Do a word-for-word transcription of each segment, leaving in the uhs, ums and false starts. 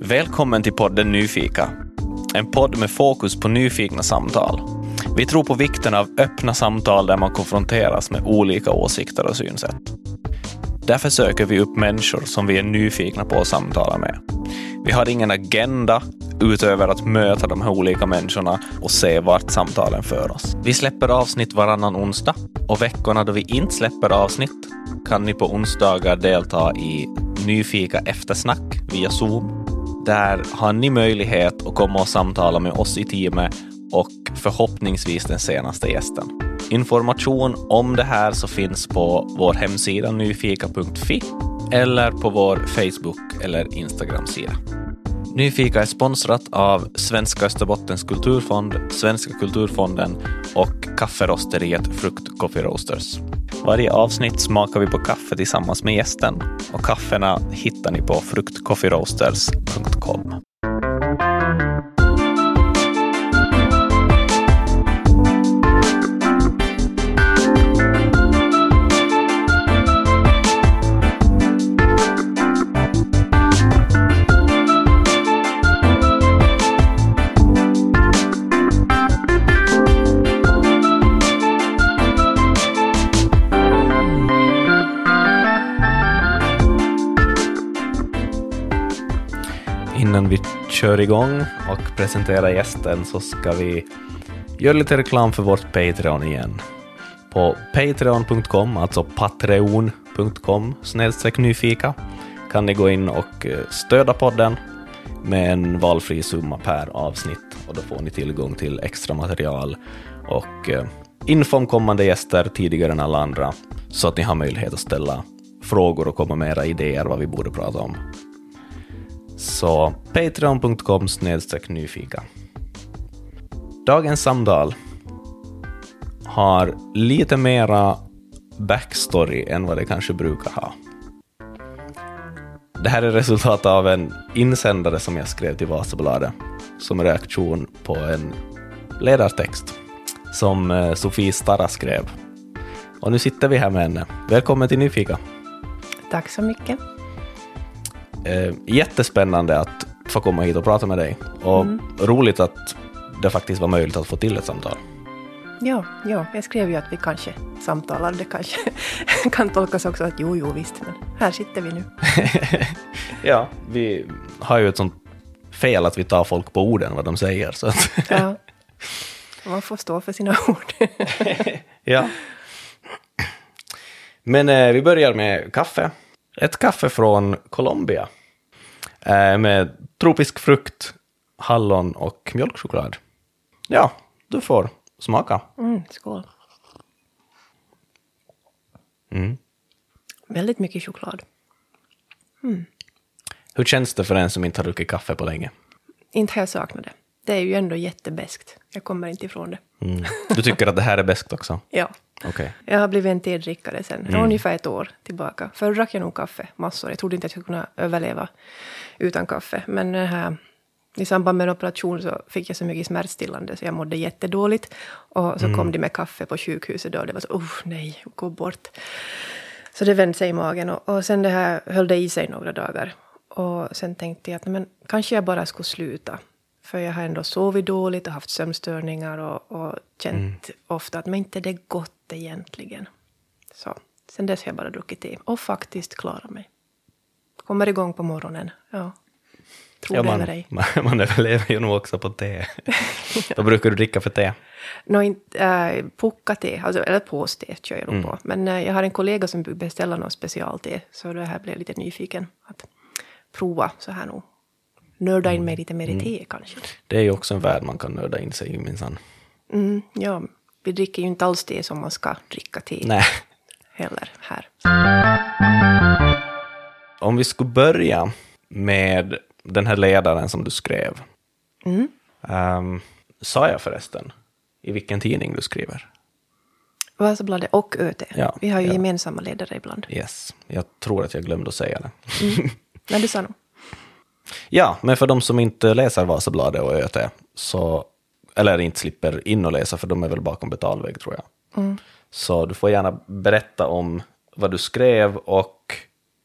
Välkommen till podden Nyfika. En podd med fokus på nyfikna samtal. Vi tror på vikten av öppna samtal där man konfronteras med olika åsikter och synsätt. Därför söker vi upp människor som vi är nyfikna på att samtala med. Vi har ingen agenda utöver att möta de här olika människorna och se vart samtalen för oss. Vi släpper avsnitt varannan onsdag och veckorna då vi inte släpper avsnitt kan ni på onsdagar delta i Nyfika eftersnack via Zoom. Där har ni möjlighet att komma och samtala med oss i teamet och förhoppningsvis den senaste gästen. Information om det här så finns på vår hemsida nyfika punkt fi eller på vår Facebook- eller Instagram-sida. Nyfika är sponsrat av Svenska Österbottens kulturfond, Svenska kulturfonden och kafferosteriet Frukt Coffee Roasters. Varje avsnitt smakar vi på kaffe tillsammans med gästen och kaffena hittar ni på frukt coffee roasters punkt com. Innan vi kör igång och presenterar gästen så ska vi göra lite reklam för vårt Patreon igen. På patreon punkt com, alltså patreon punkt com snedstreck nyfika, kan ni gå in och stödja podden med en valfri summa per avsnitt. Och då får ni tillgång till extra material och info om kommande gäster tidigare än alla andra. Så att ni har möjlighet att ställa frågor och komma med era idéer vad vi borde prata om. Så patreon punkt com snedstreck nyfika. Dagens samtal har lite mera backstory än vad det kanske brukar ha. Det här är resultatet av en insändare som jag skrev till Vasabladet som reaktion på en ledartext som Sofie Starra skrev. Och nu sitter vi här med henne. Välkommen till Nyfika. Tack så mycket. Eh, jättespännande att få komma hit och prata med dig. Och mm. roligt att det faktiskt var möjligt att få till ett samtal. Ja, ja, jag skrev ju att vi kanske samtalar. Det kanske kan tolkas också att jo, jo, visst. Men här sitter vi nu. Ja, vi har ju ett sånt fel att vi tar folk på orden vad de säger. Så att ja, man får stå för sina ord. Ja. Men eh, vi börjar med kaffe. Ett kaffe från Colombia eh, med tropisk frukt, hallon och mjölkchoklad. Ja, du får smaka. Mm, skål. Mm. Väldigt mycket choklad. Mm. Hur känns det för en som inte har druckit kaffe på länge? Inte har jag saknat det. Det är ju ändå jättebäst. Jag kommer inte ifrån det. Mm. Du tycker att det här är bäst också? Ja. Okay. Jag har blivit en tedrickare sen. Mm. Ungefär ett år tillbaka. Förr drack jag nog kaffe massor. Jag trodde inte att jag skulle kunna överleva utan kaffe. Men här, i samband med en operation så fick jag så mycket smärtstillande så jag mådde jättedåligt. Och så mm. kom de med kaffe på sjukhuset då. Det var så, oh nej, gå bort. Så det vände sig i magen. Och, och sen det här höll det i sig några dagar. Och sen tänkte jag att men, kanske jag bara skulle sluta. För jag har ändå sovit dåligt och haft sömnstörningar och, och känt mm. ofta att men inte det är gott egentligen. Så sen dess har jag bara druckit te och faktiskt klarar mig. Kommer igång på morgonen. Ja, tror ja, det man, över dig. Man, man överlever ju nog också på te. Ja. Vad brukar du dricka för te? Nå, inte, äh, pukka-te, alltså, eller påste kör jag nog mm. på. Men äh, jag har en kollega som beställer något specialte. Så det här blev jag lite nyfiken att prova så här nog. Nörda in mig lite mer i te mm. kanske. Det är ju också en värld man kan nörda in sig i minsann. Mm, ja, vi dricker ju inte alls te som man ska dricka te. Nej. Heller här. Om vi skulle börja med den här ledaren som du skrev. Mm. Um, sa jag förresten i vilken tidning du skriver? Vasabladet och Ö T. Ja, vi har ju ja. gemensamma ledare ibland. Yes, jag tror att jag glömde att säga det. Mm. Men du sa nog. Ja, men för de som inte läser Vasabladet och Ö T så, eller inte slipper in och läsa för de är väl bakom betalvägg tror jag. Mm. Så du får gärna berätta om vad du skrev och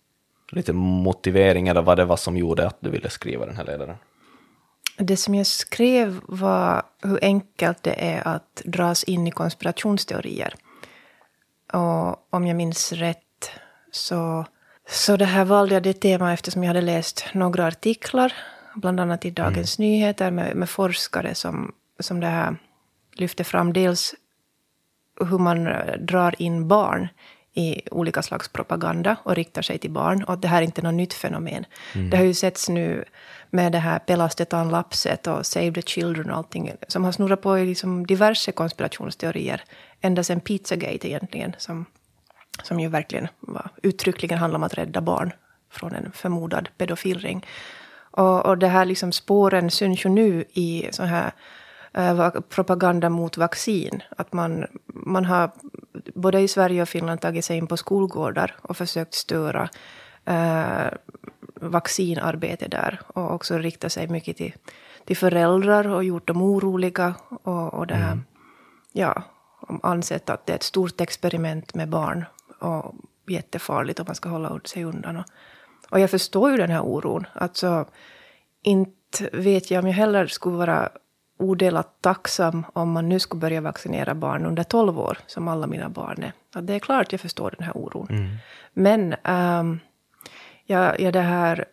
lite motivering eller vad det var som gjorde att du ville skriva den här ledaren? Det som jag skrev var hur enkelt det är att dras in i konspirationsteorier. Och om jag minns rätt så, så det här valde jag det tema eftersom jag hade läst några artiklar, bland annat i Dagens mm. Nyheter med, med forskare som, som det här lyfte fram dels hur man drar in barn i olika slags propaganda och riktar sig till barn. Och det här är inte något nytt fenomen. Mm. Det har ju setts nu med det här Pelastetan Lapset och Save the Children och allting som har snurrat på i liksom diverse konspirationsteorier ända sedan Pizzagate egentligen som, som ju verkligen var, uttryckligen handlar om att rädda barn från en förmodad pedofilring. Och, och det här liksom spåren syns ju nu i så här uh, propaganda mot vaccin. Att man, man har både i Sverige och Finland tagit sig in på skolgårdar och försökt störa uh, vaccinarbete där. Och också rikta sig mycket till, till föräldrar och gjort dem oroliga. Och, och det här, mm. ja, ansett att det är ett stort experiment med barn. Och jättefarligt om man ska hålla sig undan. Och, och jag förstår ju den här oron. Alltså, inte vet jag om jag heller skulle vara odelat tacksam om man nu skulle börja vaccinera barn under tolv år, som alla mina barn är. Ja, det är klart jag förstår den här oron. Mm. Men um, ja, ja, det här...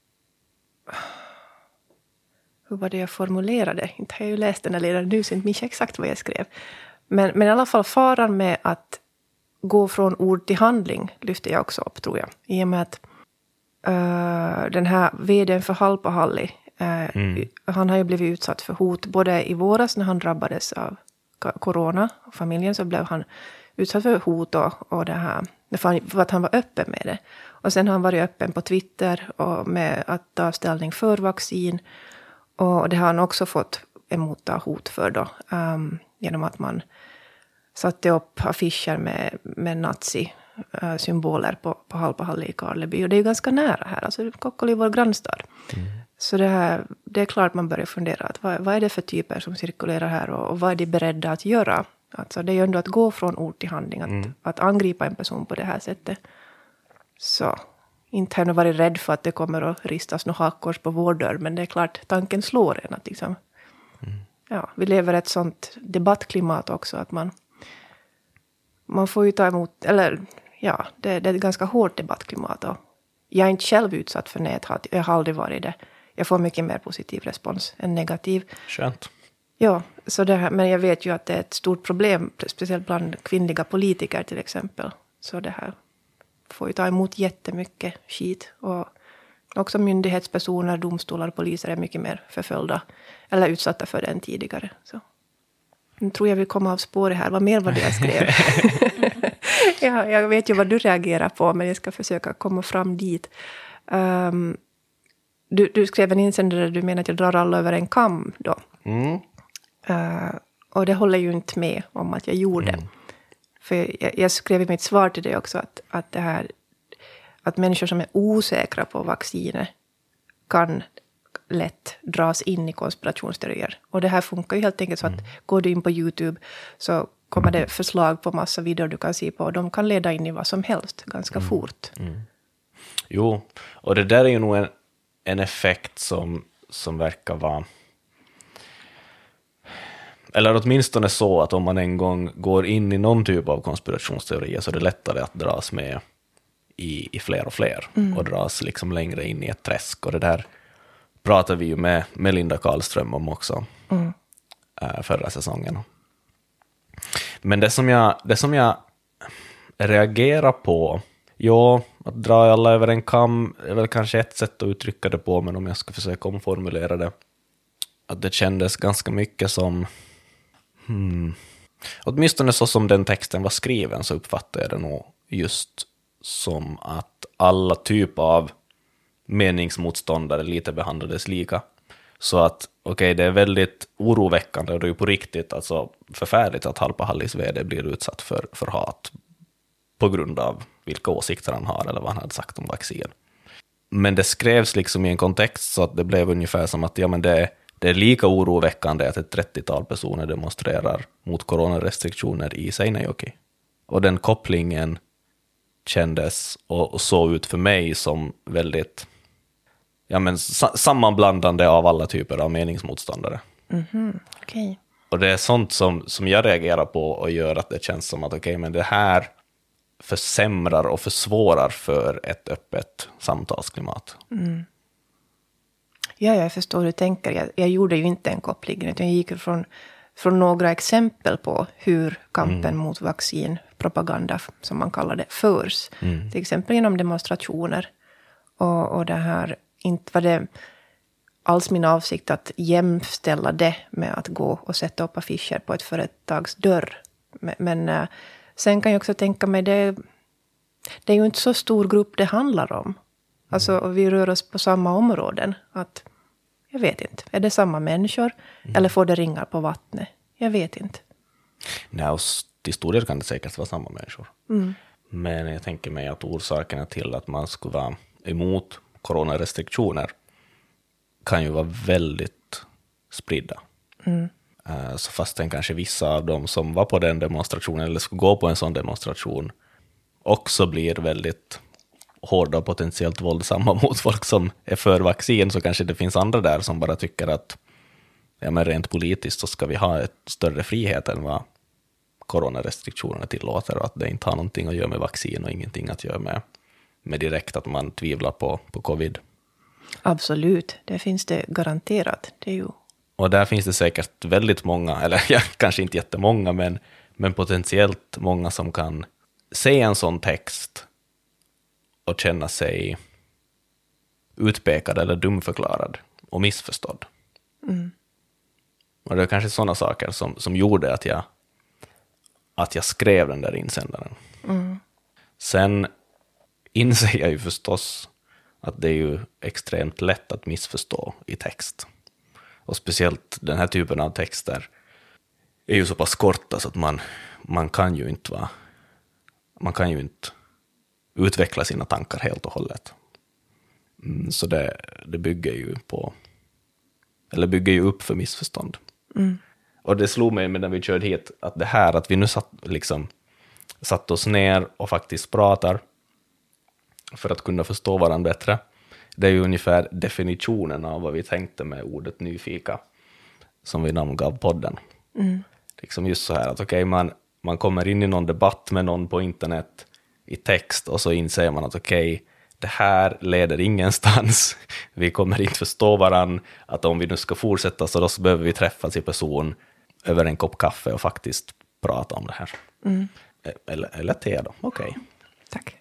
Hur var det jag formulerade? Inte har jag ju läst den här ledaren nu, så inte minns jag exakt vad jag skrev. Men, men i alla fall faran med att gå från ord till handling lyfter jag också upp, tror jag. I och med att uh, den här vdn för Halpahalli, uh, mm. han har ju blivit utsatt för hot. Både i våras när han drabbades av corona och familjen, så blev han utsatt för hot och, och det här, för att han var öppen med det. Och sen har han varit öppen på Twitter och med att ta ställning för vaccin. Och det har han också fått emot hot för då. Um, genom att man satte upp affischer med, med nazi-symboler på, på Halpahalli i Karleby. Och det är ju ganska nära här. Alltså Kokkola är vår grannstad. Mm. Så det, här, det är klart man börjar fundera. Att vad, vad är det för typer som cirkulerar här? Och, och vad är de beredda att göra? Alltså det är ju ändå att gå från ord till handling. Att, mm. att angripa en person på det här sättet. Så inte har jag varit rädd för att det kommer att ristas några hakkors på vår dörr. Men det är klart, tanken slår en att liksom... Mm. Ja, vi lever i ett sånt debattklimat också att man... Man får ju ta emot, eller ja, det, det är ett ganska hårt debattklimat. Och jag är inte själv utsatt för näthat, jag har aldrig varit det. Jag får mycket mer positiv respons än negativ. Skönt. Ja, så det här, men jag vet ju att det är ett stort problem, speciellt bland kvinnliga politiker till exempel. Så det här får ju ta emot jättemycket skit. Och också myndighetspersoner, domstolar och poliser är mycket mer förföljda eller utsatta för det än tidigare, så. Nu tror jag vi kommer av spåret här. Vad mer var det jag skrev? ja, jag vet ju vad du reagerar på, men jag ska försöka komma fram dit. Um, du, du skrev en insändare där du menar att jag drar alla över en kam då. Mm. Uh, och det håller ju inte med om att jag gjorde. Mm. För jag, jag skrev i mitt svar till dig också att, att, det här, att människor som är osäkra på vacciner kan lätt dras in i konspirationsteorier. Och det här funkar ju helt enkelt så att mm. går du in på YouTube så kommer det förslag på massa videor du kan se på. Och de kan leda in i vad som helst ganska mm. fort. Mm. Jo, och det där är ju nog en, en effekt som, som verkar vara... Eller åtminstone så att om man en gång går in i någon typ av konspirationsteorier så är det lättare att dras med i, i fler och fler. Mm. Och dras liksom längre in i ett träsk. Och det där pratar vi ju med, med Linda Karlström om också mm. äh, förra säsongen. Men det som jag, det som jag reagerar på, ja, att dra alla över en kam är väl kanske ett sätt att uttrycka det på, men om jag ska försöka omformulera det, att det kändes ganska mycket som hmm, åtminstone så som den texten var skriven så uppfattar jag det nog just som att alla typer av meningsmotståndare lite behandlades lika. Så att okej, okay, det är väldigt oroväckande och det är ju på riktigt alltså förfärligt att Halpahallis vd blir utsatt för, för hat på grund av vilka åsikter han har eller vad han hade sagt om vaccin. Men det skrevs liksom i en kontext så att det blev ungefär som att ja, men det, det är lika oroväckande att ett trettiotal personer demonstrerar mot coronarestriktioner i Seinäjoki. Och den kopplingen kändes och, och såg ut för mig som väldigt ja, men, sa- sammanblandande av alla typer av meningsmotståndare. Mm-hmm. Okej. Okay. Och det är sånt som, som jag reagerar på och gör att det känns som att okej, okay, men det här försämrar och försvårar för ett öppet samtalsklimat. Mm. Ja, jag förstår hur du tänker. Jag, jag gjorde ju inte en koppling, utan jag gick från, från några exempel på hur kampen mm. mot vaccinpropaganda, som man kallar det, förs. Mm. Till exempel genom demonstrationer. Och, och det här, inte var det alls min avsikt att jämställa det med att gå och sätta upp affischer på ett företags dörr. Men, men äh, sen kan jag också tänka mig, det, det är ju inte så stor grupp det handlar om. Alltså, vi rör oss på samma områden. Att, jag vet inte. Är det samma människor? Mm. Eller får det ringar på vattnet? Jag vet inte. Nej, och till stor del kan det säkert vara samma människor. Mm. Men jag tänker mig att orsakerna till att man skulle vara emot coronarestriktioner kan ju vara väldigt spridda. Mm. Så fastän kanske vissa av dem som var på den demonstrationen eller skulle gå på en sån demonstration också blir väldigt hårda och potentiellt våldsamma mot folk som är för vaccin, så kanske det finns andra där som bara tycker att ja, men rent politiskt så ska vi ha ett större frihet än vad coronarestriktionerna tillåter, och att det inte har någonting att göra med vaccin och ingenting att göra med, med direkt att man tvivlar på, på covid. Absolut, det finns det garanterat. Det är ju... Och där finns det säkert väldigt många, eller ja, kanske inte jättemånga, men, men potentiellt många som kan se en sån text och känna sig utpekad eller dumförklarad och missförstådd. Mm. Och det är kanske sådana saker som, som gjorde att jag, att jag skrev den där insändaren. Mm. Sen inser jag ju förstås att det är ju extremt lätt att missförstå i text. Och speciellt den här typen av texter är ju så pass korta så att man, man kan ju inte vara, man kan ju inte utveckla sina tankar helt och hållet. Mm, så det, det bygger ju på, eller bygger ju upp för missförstånd. Mm. Och det slog mig när vi körde hit att det här att vi nu satt, liksom, satt oss ner och faktiskt pratar för att kunna förstå varandra bättre. Det är ju ungefär definitionen av vad vi tänkte med ordet nyfika som vi namngav podden. Mm. Liksom just så här att okej, okay, man, man kommer in i någon debatt med någon på internet i text och så inser man att okej, okay, det här leder ingenstans. Vi kommer inte förstå varann, att om vi nu ska fortsätta så då så behöver vi träffas i person över en kopp kaffe och faktiskt prata om det här. Mm. Eller, eller te då, okej. Okay. Tack.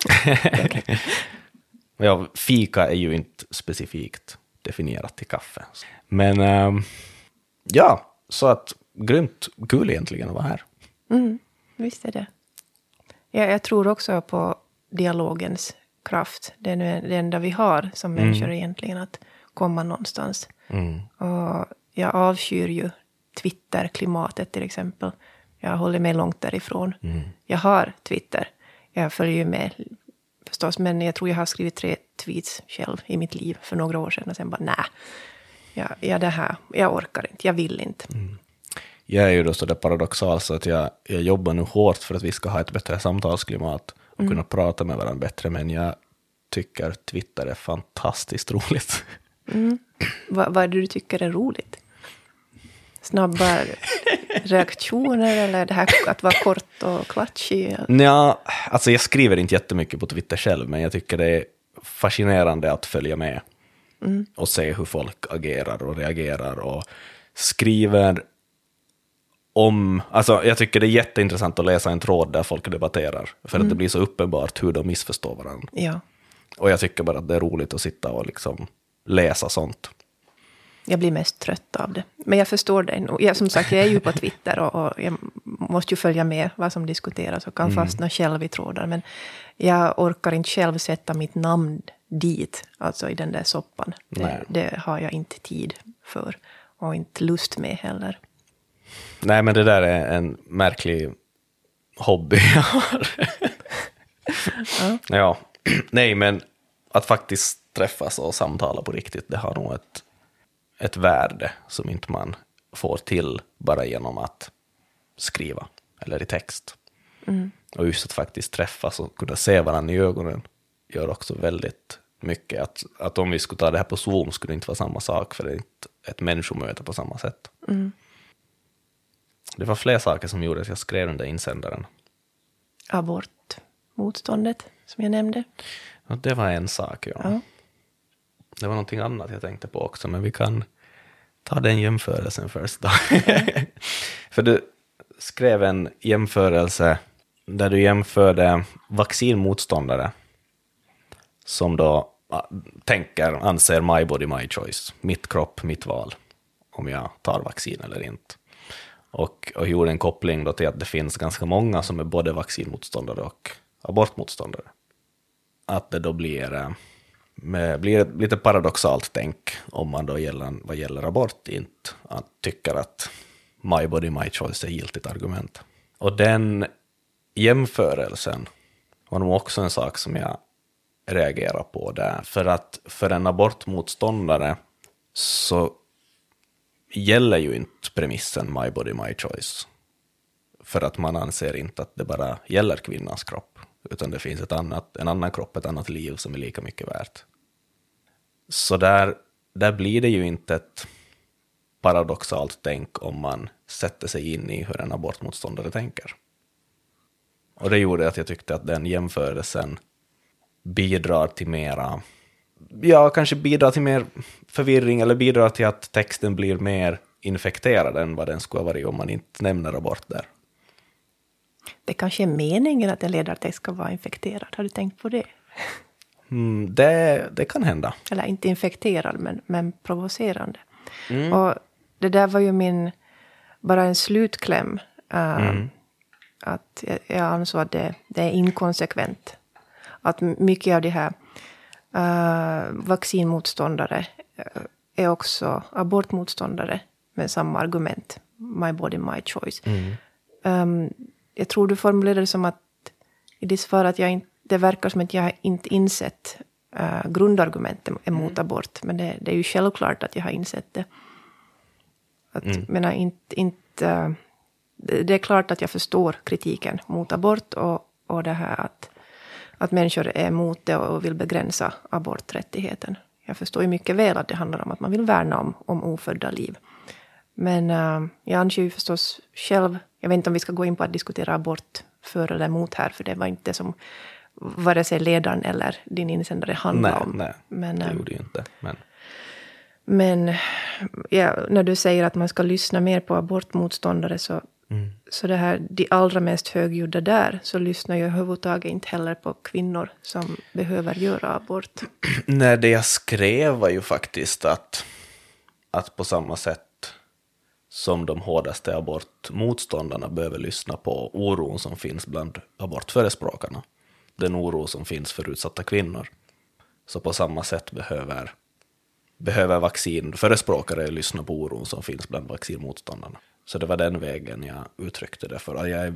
Ja, fika är ju inte specifikt definierat till kaffe. Men ähm, ja, så att grymt kul egentligen att vara här. Mm, visst är det. Ja, jag tror också på dialogens kraft. Det är det enda vi har som Mm. människor egentligen, att komma någonstans. Mm. Och jag avskyr ju Twitter-klimatet till exempel. Jag håller mig långt därifrån. Mm. Jag har Twitter. Jag följer ju med förstås, men jag tror jag har skrivit tre tweets själv i mitt liv för några år sedan och sen bara nej. Ja, ja, det här, jag orkar inte, jag vill inte. Mm. Jag är ju då så det paradoxalt så att jag, jag jobbar nu hårt för att vi ska ha ett bättre samtalsklimat och mm. kunna prata med varandra bättre, men jag tycker Twitter är fantastiskt roligt. Mm. Va, vad är det du tycker är roligt? Snabba reaktioner eller det här att vara kort och klatschig? Ja, alltså jag skriver inte jättemycket på Twitter själv, men jag tycker det är fascinerande att följa med mm. och se hur folk agerar och reagerar och skriver om, alltså jag tycker det är jätteintressant att läsa en tråd där folk debatterar, för mm. att det blir så uppenbart hur de missförstår varandra. Ja. Och jag tycker bara att det är roligt att sitta och liksom läsa sånt. Jag blir mest trött av det. Men jag förstår dig. Jag, som sagt, jag är ju på Twitter och, och jag måste ju följa med vad som diskuteras och kan mm. fastna själv i trådar. Men jag orkar inte själv sätta mitt namn dit, alltså i den där soppan. Det, det har jag inte tid för och inte lust med heller. Nej, men det där är en märklig hobby jag har. ja. ja. Nej, men att faktiskt träffas och samtala på riktigt, det har nog ett ett värde som inte man får till bara genom att skriva eller i text. Mm. Och just att faktiskt träffas och kunna se varandra i ögonen gör också väldigt mycket. Att, att om vi skulle ta det här på Zoom skulle det inte vara samma sak, för det är inte ett människomöte på samma sätt. Mm. Det var fler saker som gjorde att jag skrev den där insändaren. Abortmotståndet, som jag nämnde. Ja, det var en sak, ja. ja. Det var någonting annat jag tänkte på också, men vi kan ta den jämförelsen först då. Mm. För du skrev en jämförelse där du jämförde vaccinmotståndare som då tänker, anser my body, my choice, mitt kropp, mitt val, om jag tar vaccin eller inte. Och, och gjorde en koppling då till att det finns ganska många som är både vaccinmotståndare och abortmotståndare. Att det då blir, med, blir ett lite paradoxalt tänk om man då gäller, vad gäller abort inte att tycker att my body, my choice är giltigt argument. Och den jämförelsen var nog också en sak som jag reagerar på där. För att för en abortmotståndare så gäller ju inte premissen my body, my choice. För att man anser inte att det bara gäller kvinnans kropp. Utan det finns ett annat, en annan kropp, ett annat liv som är lika mycket värt. Så där, där blir det ju inte ett paradoxalt tänk om man sätter sig in i hur en abortmotståndare tänker. Och det gjorde att jag tyckte att den jämförelsen bidrar till mera, ja, kanske bidrar till mer förvirring eller bidrar till att texten blir mer infekterad än vad den skulle ha varit om man inte nämner abort där. Det kanske är meningen att en ledartext ska vara infekterad. Har du tänkt på det? Mm, det, det kan hända. Eller inte infekterad, men, men provocerande. Mm. Och det där var ju min, bara en slutkläm. Uh, mm. Att jag, jag ansåg att det, det är inkonsekvent. Att mycket av de här uh, vaccinmotståndare uh, är också abortmotståndare med samma argument. My body, my choice. Mm. Um, jag tror du formulerade det som att i det svar att jag inte, det verkar som att jag inte insett uh, grundargumentet emot mm. abort. Men det, det är ju självklart att jag har insett det. Att, mm. menar, inte, inte, uh, det, det är klart att jag förstår kritiken mot abort och, och det här att, att människor är emot det och vill begränsa aborträttigheten. Jag förstår ju mycket väl att det handlar om att man vill värna om, om ofödda liv. Men uh, jag anser ju förstås själv, jag vet inte om vi ska gå in på att diskutera abort för eller emot här, för det var inte det som vare sig ledaren eller din insändare handlar nej, om. Nej, men, det uh, gjorde ju inte. Men, men ja, när du säger att man ska lyssna mer på abortmotståndare så, mm. så det här, de allra mest högljudda där, så lyssnar jag överhuvudtaget inte heller på kvinnor som behöver göra abort. Nej, det jag skrev var ju faktiskt att, att på samma sätt som de hårdaste abortmotståndarna behöver lyssna på oron som finns bland abortförespråkarna. Den oro som finns för utsatta kvinnor. Så på samma sätt behöver, behöver vaccinförespråkare lyssna på oron som finns bland vaccinmotståndarna. Så det var den vägen jag uttryckte det för. Jag är...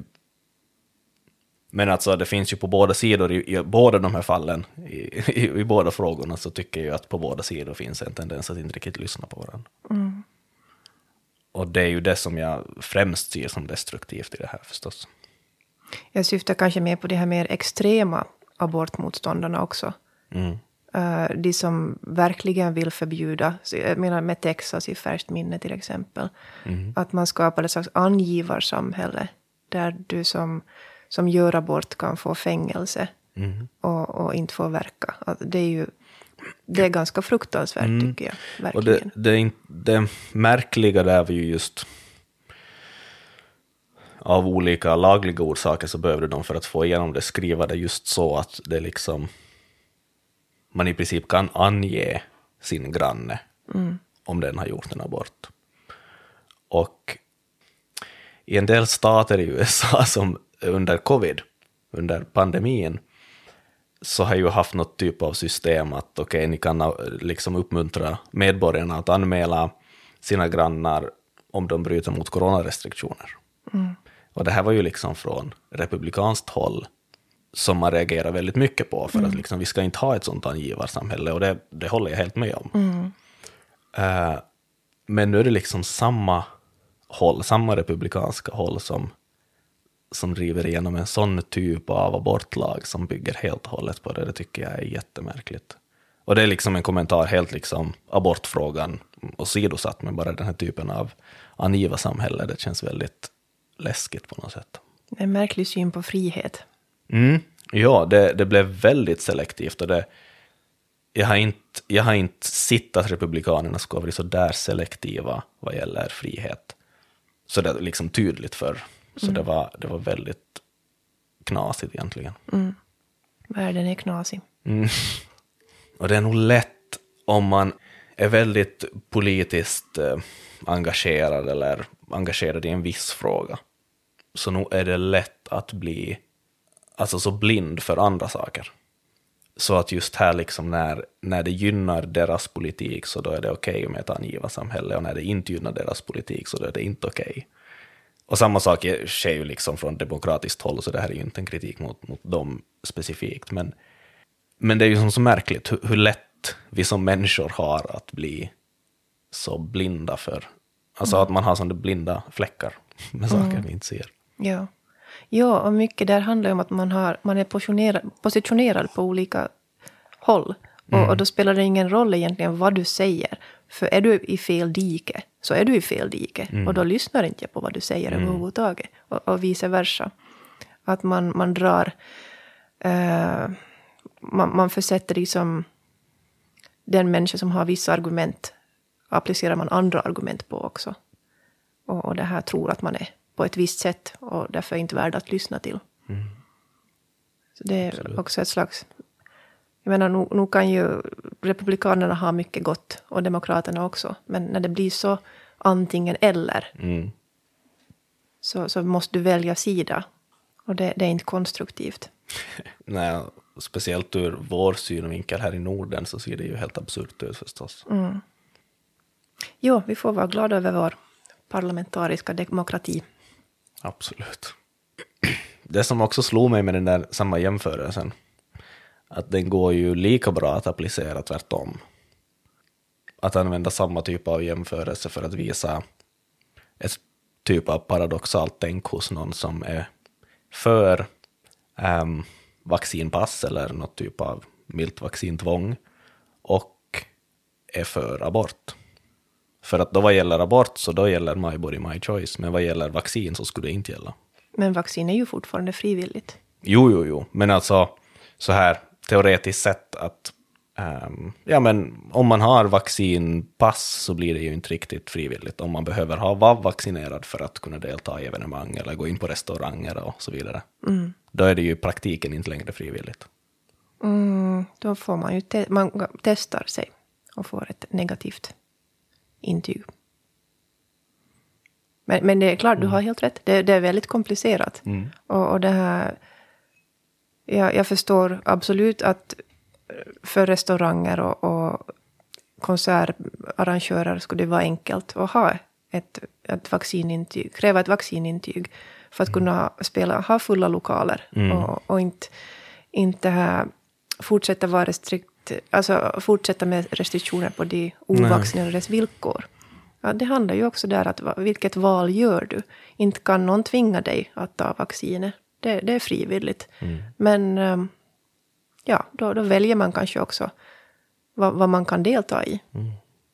Men alltså det finns ju på båda sidor, i, i båda de här fallen, i, i, i båda frågorna, så tycker jag att på båda sidor finns en tendens att inte riktigt lyssna på varandra. Mm. Och det är ju det som jag främst ser som destruktivt i det här förstås. Jag syftar kanske mer på de här mer extrema abortmotståndarna också. Mm. Uh, de som verkligen vill förbjuda, så jag menar med Texas i färskt minne till exempel. Mm. Att man skapar ett slags angivarsamhälle där du som, som gör abort kan få fängelse mm. och, och inte få verka. Alltså, det är ju det är ganska fruktansvärt mm. tycker jag. Verkligen. Och det, det, det märkliga där var ju just av olika lagliga orsaker så behövde de för att få igenom det skriva det just så att det liksom man i princip kan ange sin granne mm. om den har gjort en abort. Och i en del stater i U S A som under covid, under pandemin, så har ju haft något typ av system att okej, okay, ni kan liksom uppmuntra medborgarna att anmäla sina grannar om de bryter mot coronarestriktioner. Mm. Och det här var ju liksom från republikanskt håll som man reagerar väldigt mycket på för mm. att liksom, vi ska inte ha ett sånt angivarsamhälle och det, det håller jag helt med om. Mm. Uh, men nu är det liksom samma håll, samma republikanska håll som, som driver igenom en sån typ av abortlag som bygger helt och hållet på det. Det tycker jag är jättemärkligt. Och det är liksom en kommentar helt liksom abortfrågan och sidosatt med bara den här typen av aniva samhälle. Det känns väldigt läskigt på något sätt. En märklig syn på frihet. Mm. Ja, det, det blev väldigt selektivt och det, jag, har inte, jag har inte sett att republikanerna ska vara så där selektiva vad gäller frihet. Så det är liksom tydligt för. Så mm. det, var, det var väldigt knasigt egentligen. Mm. Världen är knasig. Mm. Och det är nog lätt om man är väldigt politiskt eh, engagerad eller engagerad i en viss fråga. Så nog är det lätt att bli alltså så blind för andra saker. Så att just här liksom när, när det gynnar deras politik så då är det okej okay med ett aniva samhälle, och när det inte gynnar deras politik så då är det inte okej. Okay. Och samma sak sker ju liksom från demokratiskt håll, så det här är ju inte en kritik mot, mot dem specifikt. Men, men det är ju som så märkligt hur, hur lätt vi som människor har att bli så blinda för, alltså mm. att man har sådana blinda fläckar med saker mm. vi inte ser. Ja. Ja, och mycket där handlar om att man, har, man är positionerad, positionerad på olika håll. Och, mm. och då spelar det ingen roll egentligen vad du säger. För är du i fel dike så är du i fel dike. Mm. Och då lyssnar inte jag på vad du säger mm. överhuvudtaget. Och, och vice versa. Att man, man drar... Uh, man, man försätter liksom den människa som har vissa argument applicerar man andra argument på också. Och, och det här tror att man är på ett visst sätt och därför är inte värd att lyssna till. Mm. Så det är Absolut. Också ett slags... Jag menar, nu, nu kan ju republikanerna ha mycket gott och demokraterna också. Men när det blir så antingen eller mm. så, så måste du välja sida. Och det, det är inte konstruktivt. Nej, speciellt ur vår synvinkel här i Norden så ser det ju helt absurt ut förstås. Mm. Jo, vi får vara glada över vår parlamentariska demokrati. Absolut. Det som också slog mig med den där samma jämförelsen, att den går ju lika bra att applicera tvärtom. Att använda samma typ av jämförelse för att visa ett typ av paradoxalt tänk hos någon som är för um, vaccinpass eller något typ av milt vaccintvång och är för abort. För att då vad gäller abort så då gäller my body, my choice. Men vad gäller vaccin så skulle det inte gälla. Men vaccin är ju fortfarande frivilligt. Jo, jo, jo. Men alltså så här teoretiskt sett att um, ja, men om man har vaccinpass så blir det ju inte riktigt frivilligt. Om man behöver ha vara vaccinerad för att kunna delta i evenemang eller gå in på restauranger och så vidare. Mm. Då är det ju i praktiken inte längre frivilligt. Mm, då får man ju te- man testar sig och får ett negativt intyg. Men, men det är klart, mm. du har helt rätt. Det, det är väldigt komplicerat. Mm. Och, och det här... Jag, jag förstår absolut att för restauranger och, och konsertarrangörer skulle det vara enkelt att ha ett, ett vaccinintyg, kräva ett vaccinintyg för att mm. kunna spela, ha fulla lokaler mm. och, och inte, inte här, fortsätta vara restrikt, alltså fortsätta med restriktioner på de ovaccinerades villkor. Ja, det handlar ju också där att vilket val gör du? Inte kan någon tvinga dig att ta vaccinet. Det, det är frivilligt. Mm. Men ja, då, då väljer man kanske också vad, vad man kan delta i. Mm.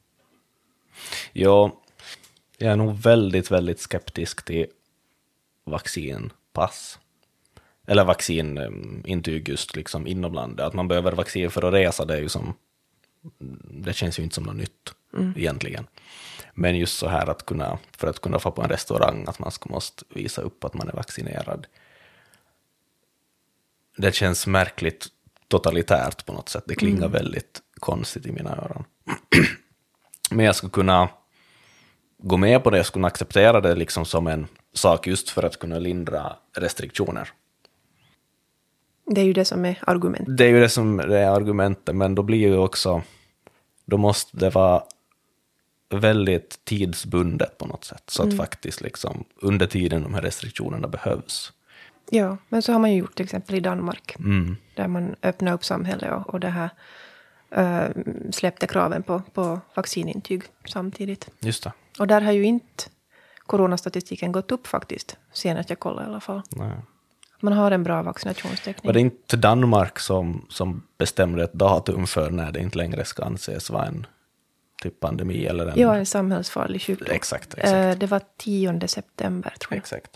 Ja, jag är nog väldigt, väldigt skeptisk till vaccinpass. Eller vaccinintyg just liksom inom landet. Att man behöver vaccin för att resa, det är ju som... Det känns ju inte som något nytt mm. egentligen. Men just så här att kunna, för att kunna få på en restaurang, att man ska, måste visa upp att man är vaccinerad. Det känns märkligt totalitärt på något sätt. Det klingar mm. väldigt konstigt i mina öron. Men jag skulle kunna gå med på det. Jag skulle kunna acceptera det liksom som en sak just för att kunna lindra restriktioner. Det är ju det som är argumentet. Det är ju det som är argumentet, men då blir ju också... Då måste det vara väldigt tidsbundet på något sätt. Så att mm. faktiskt liksom under tiden de här restriktionerna behövs. Ja, men så har man ju gjort till exempel i Danmark. Mm. Där man öppnar upp samhället och, och det här äh, släppte kraven på, på vaccinintyg samtidigt. Just det. Och där har ju inte coronastatistiken gått upp faktiskt, senast jag kollade i alla fall. Nej. Man har en bra vaccinationstäckning. Var det inte Danmark som, som bestämde ett datum för när det inte längre ska anses vara en typ pandemi? Eller en... Ja, en samhällsfarlig sjukdom. Exakt, exakt. Det var tionde september, tror jag. Exakt.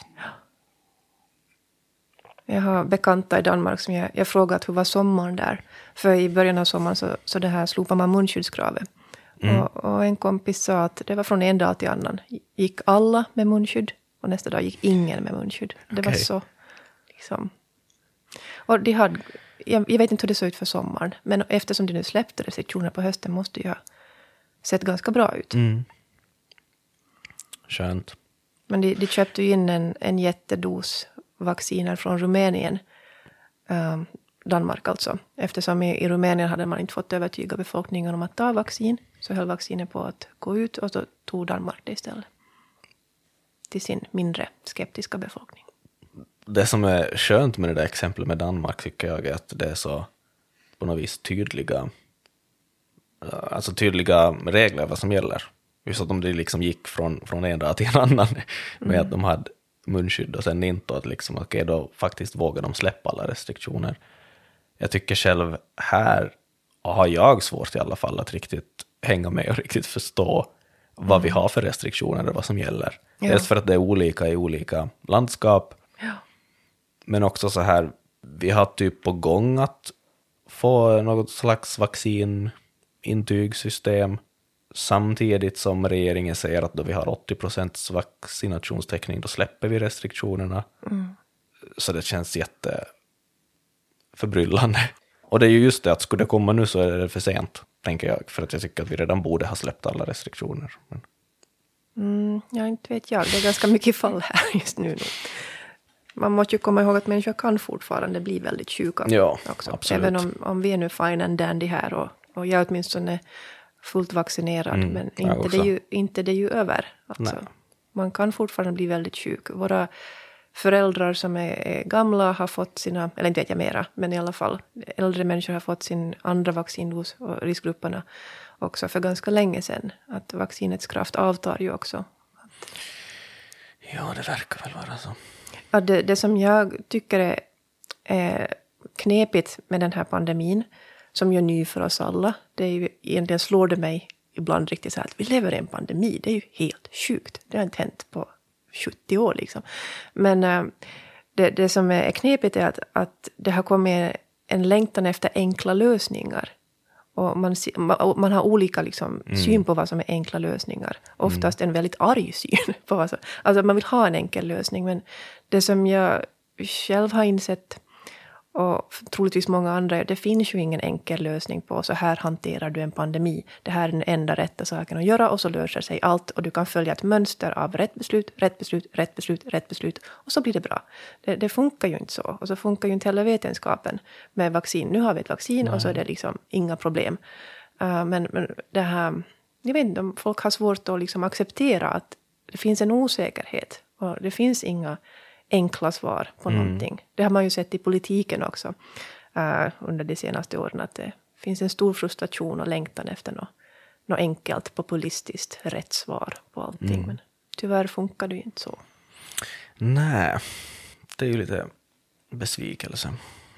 Jag har bekanta i Danmark som jag, jag frågat hur var sommaren där. För i början av sommaren så, så det här slopar man munskyddskravet. Mm. Och, och en kompis sa att det var från en dag till annan. Gick alla med munskydd och nästa dag gick ingen med munskydd. Det okay. var så liksom. Och de hade, jag, jag vet inte hur det såg ut för sommaren. Men eftersom de nu släppte restriktioner på hösten måste ju ha sett ganska bra ut. Mm. Skönt. Men de, de köpte ju in en, en jättedos vacciner från Rumänien. Um, Danmark alltså. Eftersom i, i Rumänien hade man inte fått övertyga befolkningen om att ta vaccin. Så höll vaccinen på att gå ut och så tog Danmark det istället. Till sin mindre skeptiska befolkning. Det som är skönt med det där exemplet med Danmark tycker jag är att det är så på något vis tydliga alltså tydliga regler vad som gäller. Just att om det liksom gick från, från en dag till en annan med mm. att de hade munskydd och sen inte att liksom okej okay, då faktiskt vågar de släppa alla restriktioner. Jag tycker själv här har jag svårt i alla fall att riktigt hänga med och riktigt förstå vad mm. vi har för restriktioner och vad som gäller. Ja. Dels för att det är olika i olika landskap. Ja. Men också så här, vi har typ på gång att få något slags vaccinintygssystem samtidigt som regeringen säger att då vi har åttio procent vaccinationstäckning då släpper vi restriktionerna. Mm. Så det känns jätte förbryllande. Och det är ju just det att skulle det komma nu så är det för sent, tänker jag. För att jag tycker att vi redan borde ha släppt alla restriktioner. Men... Mm, ja, inte vet jag. Det är ganska mycket fall här just nu. Då. Man måste ju komma ihåg att människor kan fortfarande bli väldigt sjuka. Ja, också. absolut. Även om, om vi är nu fine and dandy här och, och jag åtminstone är fullt vaccinerad. Mm, men inte det, är ju, inte det är ju över. Alltså. Man kan fortfarande bli väldigt sjuk. Våra föräldrar som är, är gamla har fått sina, eller inte vet jag mera, men i alla fall äldre människor har fått sin andra vaccindos och riskgrupperna också för ganska länge sedan. Att vaccinets kraft avtar ju också. Att, ja, det verkar väl vara så. Ja, det, det som jag tycker är, är knepigt med den här pandemin, som ju är ny för oss alla, det är ju, egentligen slår det mig ibland riktigt så här att vi lever i en pandemi, det är ju helt sjukt. Det har inte hänt på sjuttio år liksom. Men äh, det, det som är knepigt är att, att det har kommit en längtan efter enkla lösningar. Och man, man har olika liksom, mm. syn på vad som är enkla lösningar. Oftast mm. en väldigt arg syn på vad som... Alltså man vill ha en enkel lösning. Men det som jag själv har insett, och troligtvis många andra, det finns ju ingen enkel lösning på så här hanterar du en pandemi. Det här är den enda rätta saken att göra och så löser sig allt. Och du kan följa ett mönster av rätt beslut, rätt beslut, rätt beslut, rätt beslut. Och så blir det bra. Det, det funkar ju inte så. Och så funkar ju inte heller vetenskapen med vaccin. Nu har vi ett vaccin Nej. Och så är det liksom inga problem. Uh, men, men det här, jag vet inte om folk har svårt att liksom acceptera att det finns en osäkerhet. Och det finns inga enkla svar på mm. någonting. Det har man ju sett i politiken också uh, under de senaste åren att det finns en stor frustration och längtan efter något, något enkelt, populistiskt rätt svar på allting. Mm. Men tyvärr funkar det ju inte så. Nej, det är ju lite besvikelse.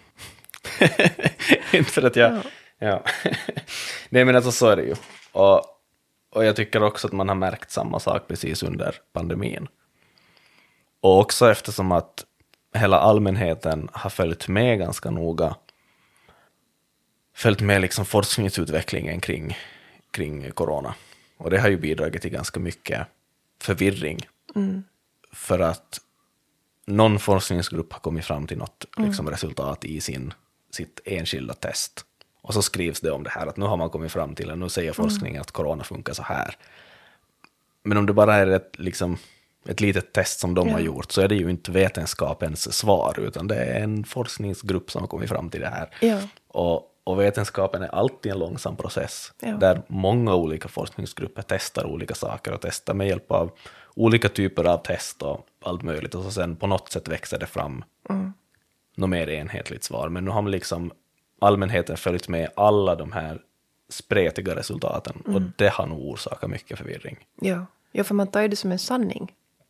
Inte för att jag... Ja. ja. Nej, men alltså så är det ju. Och, och jag tycker också att man har märkt samma sak precis under pandemin. Och också eftersom att hela allmänheten har följt med ganska noga. Följt med liksom forskningsutvecklingen kring, kring corona. Och det har ju bidragit till ganska mycket förvirring. Mm. För att någon forskningsgrupp har kommit fram till något mm. liksom, resultat i sin, sitt enskilda test. Och så skrivs det om det här att nu har man kommit fram till, och nu säger forskningen mm. att corona funkar så här. Men om det bara är ett liksom... ett litet test som de ja. har gjort så är det ju inte vetenskapens svar utan det är en forskningsgrupp som har kommit fram till det här. Ja. Och, och vetenskapen är alltid en långsam process ja. där många olika forskningsgrupper testar olika saker och testar med hjälp av olika typer av test och allt möjligt och så sen på något sätt växer det fram mm. något mer enhetligt svar. Men nu har man liksom allmänheten följt med alla de här spretiga resultaten mm. och det har nog orsakat mycket förvirring. Ja. ja, för man tar ju det som en sanning.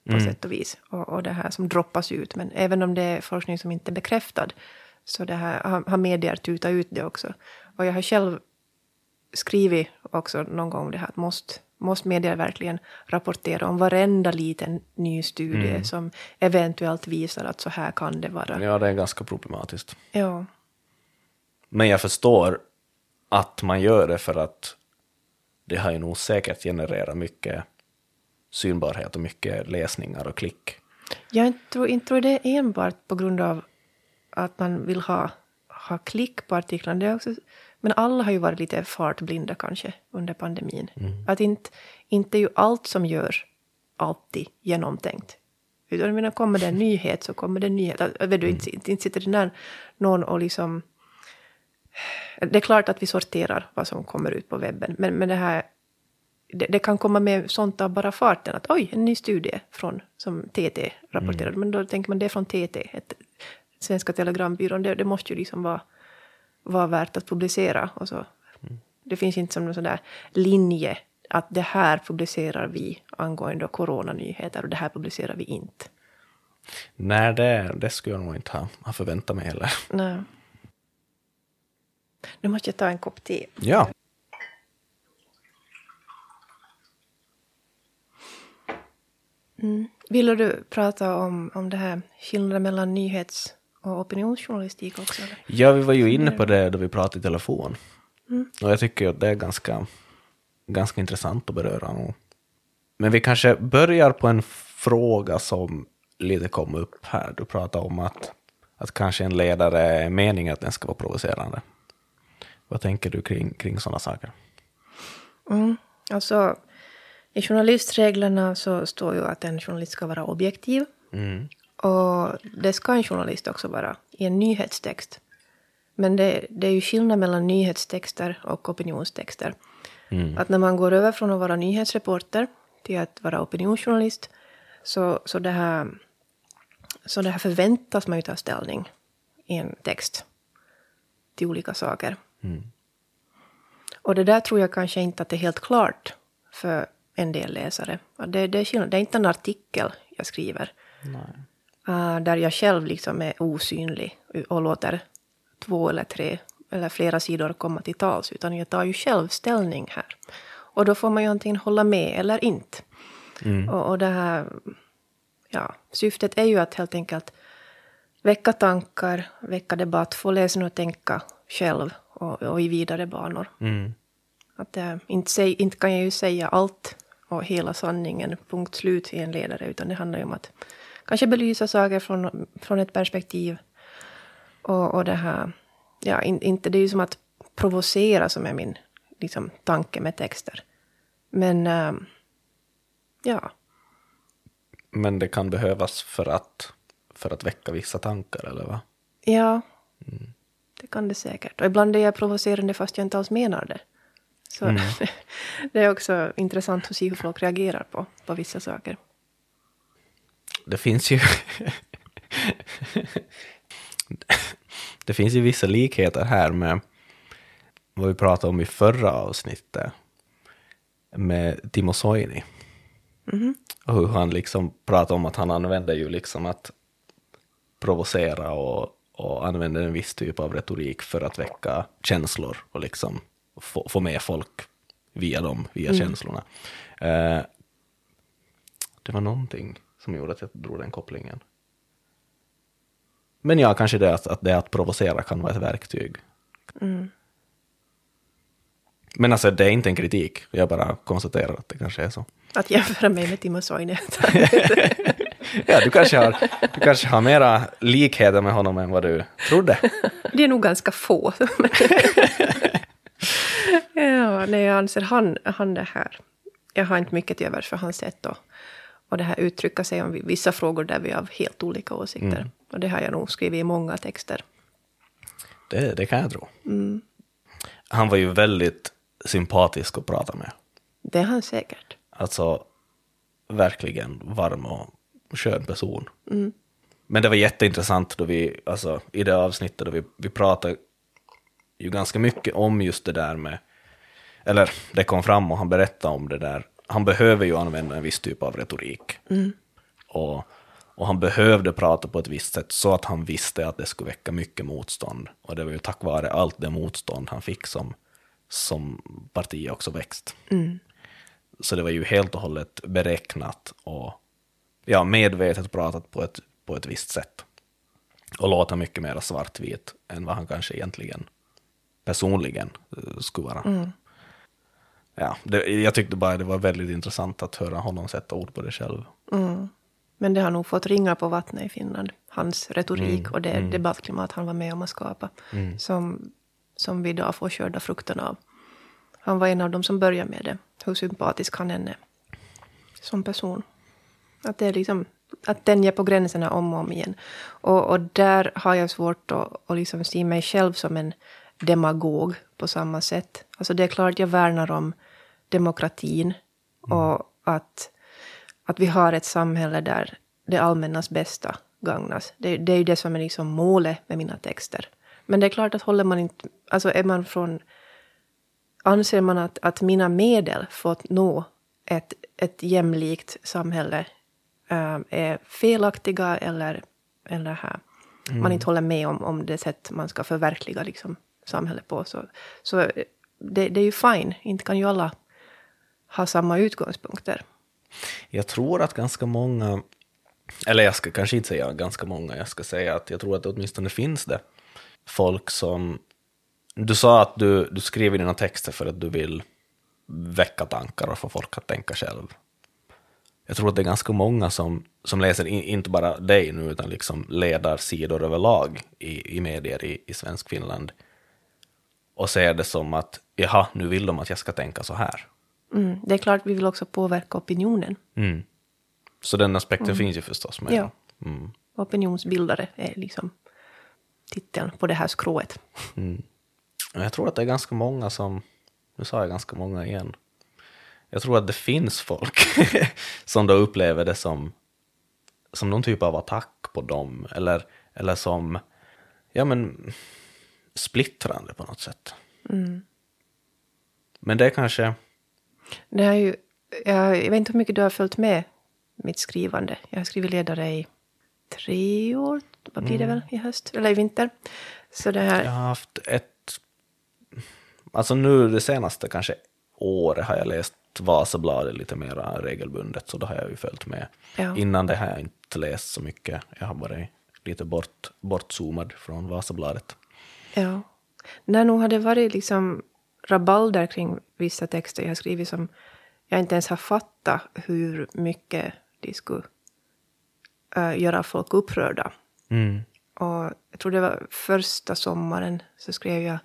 på mm. sätt och vis. Och, och det här som droppas ut. Men även om det är forskning som inte är bekräftad, så det här har, har medier tutat ut det också. Och jag har själv skrivit också någon gång det här att måste, måste medier verkligen rapportera om varenda liten ny studie mm. som eventuellt visar att så här kan det vara. Ja, det är ganska problematiskt. Ja. Men jag förstår att man gör det för att det har ju nog säkert genererat mycket synbarhet och mycket läsningar och klick. Jag tror inte tror det är enbart på grund av att man vill ha, ha klick på artiklarna. Det är också, men alla har ju varit lite fartblinda kanske under pandemin. Mm. Att inte, inte är ju allt som görs alltid genomtänkt. Utan när kommer det en nyhet så kommer det en nyhet. Att, vet du, mm. inte, inte sitter det där någon och liksom... Det är klart att vi sorterar vad som kommer ut på webben. Men, men det här... Det, det kan komma med sånt av bara farten. Att oj, en ny studie från, som T T rapporterade. Mm. Men då tänker man det är från T T. Ett, Svenska Telegrambyrån. Det, det måste ju liksom vara, vara värt att publicera. Och så. Mm. Det finns inte som någon sån där linje. Att det här publicerar vi angående coronanyheter. Och det här publicerar vi inte. Nej, det, det skulle jag nog inte ha, ha förväntat mig heller. Nej. Nu måste jag ta en kopp te. Ja. Mm. Vill du prata om, om det här skillnaden mellan nyhets- och opinionsjournalistik också? Eller? Ja, vi var ju inne på det då vi pratade i telefon. Mm. Och jag tycker att det är ganska, ganska intressant att beröra nu. Men vi kanske börjar på en fråga som lite kom upp här. Du pratade om att, att kanske en ledare är meningen att den ska vara provocerande. Vad tänker du kring, kring sådana saker? Mm. Alltså, i journalistreglerna så står ju att en journalist ska vara objektiv. Mm. Och det ska en journalist också vara i en nyhetstext. Men det, det är ju skillnad mellan nyhetstexter och opinionstexter. Mm. Att när man går över från att vara nyhetsreporter till att vara opinionsjournalist så, så, det här, så det här förväntas man ju ta ställning i en text till olika saker. Mm. Och det där tror jag kanske inte att det är helt klart för en del läsare. Det, det, är, skillnad. Det är inte en artikel jag skriver. Uh, där jag själv liksom är osynlig och låter två eller tre eller flera sidor komma till tals. Utan jag tar ju själv ställning här. Och då får man ju antingen hålla med eller inte. Mm. Och, och det här, ja, syftet är ju att helt enkelt väcka tankar, väcka debatt, få läsarna att tänka själv och, och i vidare banor. Mm. Att äh, inte, säg, inte kan jag ju säga allt och hela sanningen, punkt slut i en ledare, utan det handlar ju om att kanske belysa saker från, från ett perspektiv. Och, och det här, ja, in, inte det är ju som att provocera som är min liksom, tanke med texter. Men, äh, ja. Men det kan behövas för att, för att väcka vissa tankar, eller va? Ja, mm. Det kan det säkert. Och ibland är jag provocerande fast jag inte alls menar det. Så mm. det är också intressant att se hur folk reagerar på, på vissa saker. Det finns ju det finns ju vissa likheter här med vad vi pratade om i förra avsnittet med Timo Soini. Mm. Och hur han liksom pratade om att han använder ju liksom att provocera och, och använder en viss typ av retorik för att väcka känslor och liksom få, få med folk via dem, via mm. känslorna. Eh, det var någonting som gjorde att jag drog den kopplingen. Men ja, kanske det att, att det att provocera kan vara ett verktyg. Mm. Men alltså det är inte en kritik. Jag bara konstaterar att det kanske är så. Att jämföra mig med Timo Soini. Ja, du kanske, har, du kanske har mera likheter med honom än vad du trodde. Det är nog ganska få. Ja, när jag anser han, han det här. Jag har inte mycket till övers för hans sätt och, och det här uttrycka sig om vissa frågor där vi har helt olika åsikter. Mm. Och det har jag nog skrivit i många texter. Det, det kan jag tro. Mm. Han var ju väldigt sympatisk att prata med. Det är han säkert. Alltså verkligen varm och skön person. Mm. Men det var jätteintressant då vi, alltså i det avsnittet då vi, vi pratade ju ganska mycket om just det där med, eller det kom fram och han berättade om det där. Han behöver ju använda en viss typ av retorik. Mm. Och, och han behövde prata på ett visst sätt så att han visste att det skulle väcka mycket motstånd. Och det var ju tack vare allt det motstånd han fick som, som partiet också växt. Mm. Så det var ju helt och hållet beräknat och ja, medvetet pratat på ett, på ett visst sätt. Och låta mycket mer svartvit än vad han kanske egentligen personligen skulle vara. Mm. Ja, det, jag tyckte bara det var väldigt intressant att höra honom sätta ord på det själv. Mm. Men det har nog fått ringar på vattnet i Finland. Hans retorik mm. och det mm. debattklimat han var med om att skapa. Mm. Som, som vi idag får skörda frukten av. Han var en av dem som började med det. Hur sympatisk han än är som person. Att det är liksom, att den ger på gränserna om och om igen. Och, och där har jag svårt att, att liksom se mig själv som en demagog på samma sätt. Alltså det är klart jag värnar om demokratin. Mm. Och att, att vi har ett samhälle där det allmännas bästa gagnas. Det, det är ju det som är liksom målet med mina texter. Men det är klart att håller man inte, alltså är man från, anser man att, att mina medel för att nå ett, ett jämlikt samhälle äh, är felaktiga eller, eller här, mm. man inte håller med om, om det sätt man ska förverkliga liksom, samhället på. Så, så det, det är ju fine, inte kan ju alla ha samma utgångspunkter. Jag tror att ganska många, eller jag ska kanske inte säga ganska många, jag ska säga att jag tror att det åtminstone finns det folk som, du sa att du, du skriver dina texter för att du vill väcka tankar och få folk att tänka själv. Jag tror att det är ganska många som, som läser in, inte bara dig nu utan liksom ledarsidor överlag i, i medier i, i svensk Finland och ser det som att jaha, nu vill de att jag ska tänka så här. Mm, det är klart vi vill också påverka opinionen. Mm. Så den aspekten mm. finns ju förstås med. Ja. Mm. Opinionsbildare är liksom titeln på det här skrået. Mm. Jag tror att det är ganska många som, nu sa jag ganska många igen, jag tror att det finns folk som då upplever det som, som någon typ av attack på dem eller, eller som ja men splittrande på något sätt. Mm. Men det är kanske... Det är ju, jag, jag vet inte hur mycket du har följt med mitt skrivande. Jag har skrivit ledare i tre år, vad blir det mm. väl i höst eller i vinter. Så det här... Jag har haft ett, alltså nu det senaste kanske året har jag läst Vasabladet lite mer regelbundet, så då har jag ju följt med. Ja. Innan det har jag inte läst så mycket. Jag har varit lite bort, bortzoomad från Vasabladet. Ja. När nog hade varit liksom rabalder kring vissa texter jag har skrivit som jag inte ens har fattat hur mycket de skulle äh, göra folk upprörda. Mm. Och jag tror det var första sommaren så skrev jag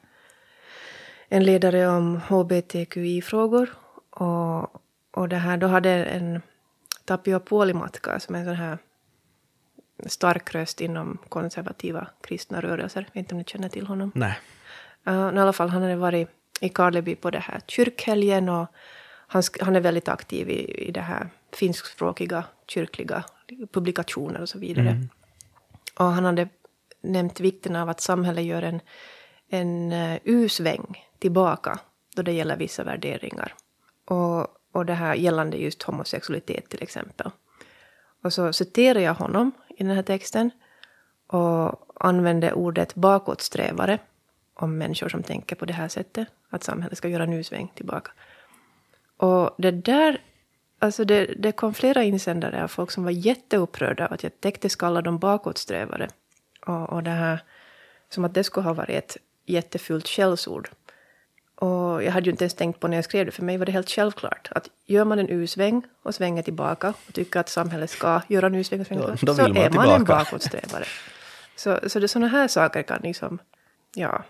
en ledare om H B T Q I-frågor. Och, och det här, då hade en Tapio Puolimatka som är en sån här stark röst inom konservativa kristna rörelser. Jag vet inte om ni känner till honom. Nej. Uh, I alla fall, han hade varit i Karleby på det här kyrkhelgen och han, han är väldigt aktiv i, i det här finskspråkiga kyrkliga publikationer och så vidare. Mm. Och han hade nämnt vikten av att samhället gör en, en uh, U-sväng tillbaka då det gäller vissa värderingar. Och, och det här gällande just homosexualitet till exempel. Och så citerar jag honom i den här texten och använder ordet bakåtsträvare om människor som tänker på det här sättet. Att samhället ska göra en U-sväng tillbaka. Och det där, alltså det, det kom flera insändare av folk som var jätteupprörda att jag täckte skalla dem bakåtsträvare. Och, och det här, som att det skulle ha varit ett jättefullt skällsord. Och jag hade ju inte ens tänkt på när jag skrev det. För mig var det helt självklart att gör man en U-sväng och svänger tillbaka och tycker att samhället ska göra en U-sväng och svänga tillbaka, då, då så är man, man en bakåtsträvare. Så, så det sådana här saker kan liksom, ja,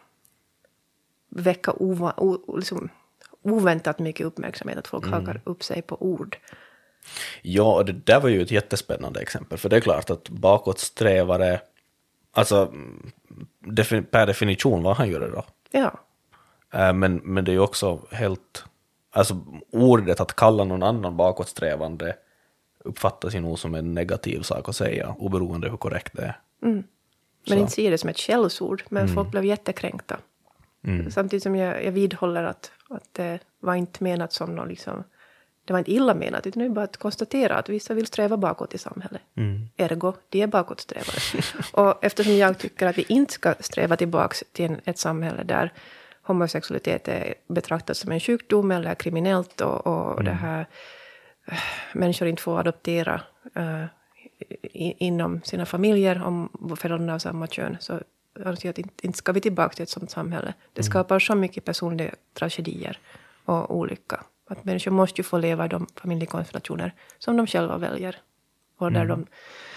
väcka ova, o, liksom, oväntat mycket uppmärksamhet att folk mm. hakar upp sig på ord. Ja, och det där var ju ett jättespännande exempel. För det är klart att bakåtsträvare, alltså per definition vad han gör det då. Ja. Men, men det är ju också helt, alltså ordet att kalla någon annan bakåtsträvande uppfattas ju nog som en negativ sak att säga, oberoende hur korrekt det är. Mm. Men inte ser det som ett källsord, men mm. folk blev jättekränkta. Mm. Samtidigt som jag, jag vidhåller att, att det var inte menat som någon liksom det var inte illa menat, utan det är bara att konstatera att vissa vill sträva bakåt i samhället. Mm. Ergo, de är bakåtsträvare. Och eftersom jag tycker att vi inte ska sträva tillbaka till en, ett samhälle där homosexualitet är betraktat som en sjukdom eller kriminellt och, och mm. det här äh, människor inte får adoptera äh, i, inom sina familjer om föräldrarna av samma kön, så anser jag att inte, inte ska vi tillbaka till ett sådant samhälle. Det skapar mm. så mycket personliga tragedier och olycka. Att människor måste ju få leva i de familjekonstellationer som de själva väljer. Och där mm. de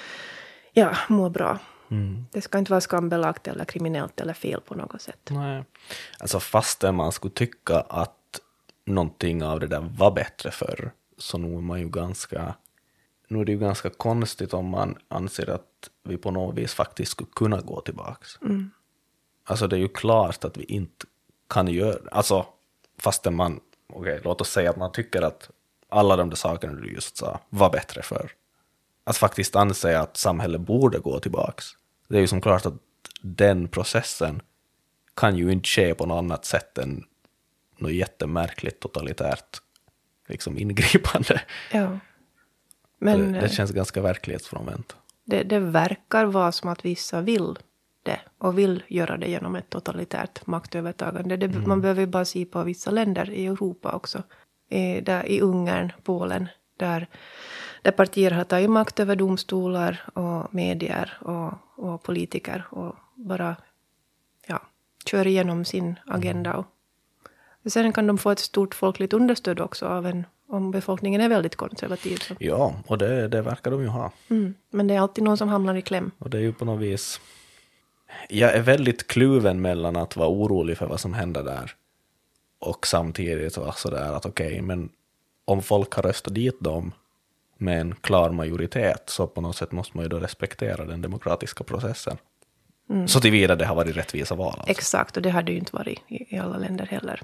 ja, mår bra. Mm. Det ska inte vara skambelagt eller kriminellt eller fel på något sätt. Nej. Alltså fastän man skulle tycka att någonting av det där var bättre förr, så nu är man ju ganska, nu är det ju ganska konstigt om man anser att vi på något vis faktiskt skulle kunna gå tillbaks. Mm. Alltså det är ju klart att vi inte kan göra, alltså fastän man, okej, låt oss säga att man tycker att alla de där sakerna du just sa var bättre förr. Att faktiskt anse att samhället borde gå tillbaks. Det är ju som klart att den processen kan ju inte ske på något annat sätt än något jättemärkligt totalitärt liksom ingripande. Ja. Men det, det känns ganska verklighetsfrånvänt. Det, det verkar vara som att vissa vill det och vill göra det genom ett totalitärt maktövertagande. Det, mm. Man behöver ju bara se på vissa länder i Europa också. I, där, i Ungern, Polen, där, där partier har tagit makt över domstolar och medier och, och politiker och bara ja, kör igenom sin agenda. Och, och sen kan de få ett stort folkligt understöd också av en, om befolkningen är väldigt konservativ. Så. Ja, och det, det verkar de ju ha. Mm, men det är alltid någon som hamnar i kläm. Och det är ju på något vis... Jag är väldigt kluven mellan att vara orolig för vad som händer där och samtidigt vara sådär att okej, okay, men om folk har röstat dit dem med en klar majoritet, så på något sätt måste man ju då respektera den demokratiska processen. Mm. Så tillvida det har varit rättvisa val. Alltså. Exakt, och det hade ju inte varit i, i alla länder heller.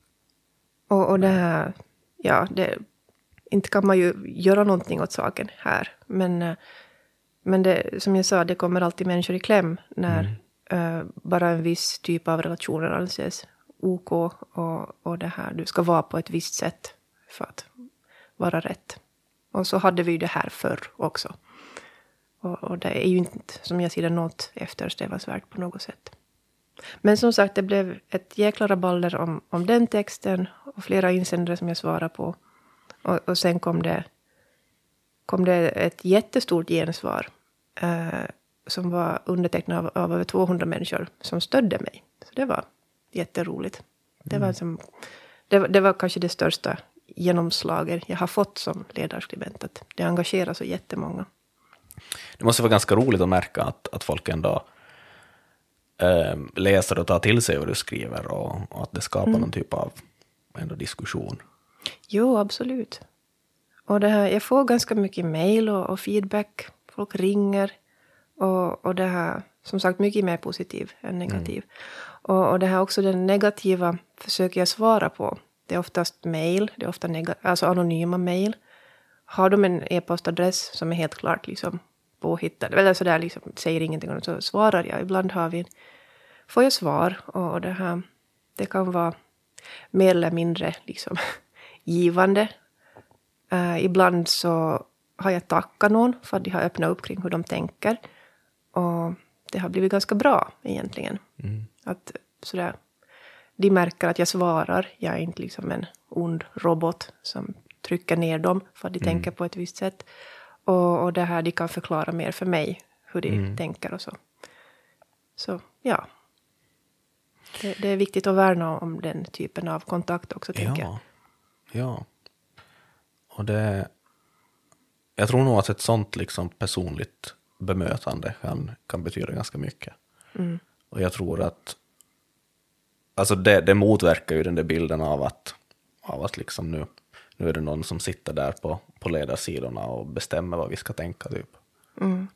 Och, och det här, ja, det, inte kan man ju göra någonting åt saken här. Men, men det, som jag sa, det kommer alltid människor i kläm när mm. uh, bara en viss typ av relationer anses OK och, och det här, du ska vara på ett visst sätt för att vara rätt. Och så hade vi ju det här förr också. Och, och det är ju inte, som jag ser det, något eftersträvansvärt på något sätt. Men som sagt, det blev ett jäkla rabalder om, om den texten och flera insändare som jag svarade på. Och, och sen kom det, kom det ett jättestort gensvar eh, som var undertecknat av, av över tvåhundra människor som stödde mig. Så det var jätteroligt. Det var, som, det, det var kanske det största genomslaget jag har fått som ledarskribent. Att det engagerar så jättemånga. Det måste vara ganska roligt att märka att, att folk ändå äh, läser och tar till sig vad du skriver och, och att det skapar mm. någon typ av ändå diskussion. Jo, absolut. Och det här, jag får ganska mycket mejl och, och feedback. Folk ringer och, och det här, som sagt, mycket mer positiv än negativ. Mm. Och, och det här också, den negativa försöker jag svara på. Det är oftast mejl, det är ofta neg- alltså anonyma mejl. Har de en e-postadress som är helt klart liksom påhittad, eller sådär liksom, säger ingenting om det, så svarar jag. Ibland har vi, får jag svar och, och det här, det kan vara mer eller mindre liksom givande. Uh, ibland så har jag tackat någon för att de har öppnat upp kring hur de tänker. Och det har blivit ganska bra egentligen. Mm. Att sådär, de märker att jag svarar. Jag är inte liksom en ond robot som trycker ner dem för att de mm. tänker på ett visst sätt. Och, och det här, de kan förklara mer för mig hur de mm. tänker och så. Så ja. Det, det är viktigt att värna om den typen av kontakt också, tänker jag. Ja, ja. Och det... Jag tror nog att ett sånt liksom personligt bemötande kan, kan betyda ganska mycket. Mm. Och jag tror att... Alltså det, det motverkar ju den där bilden av att, av att liksom nu, nu är det någon som sitter där på, på ledarsidorna och bestämmer vad vi ska tänka typ. Mm.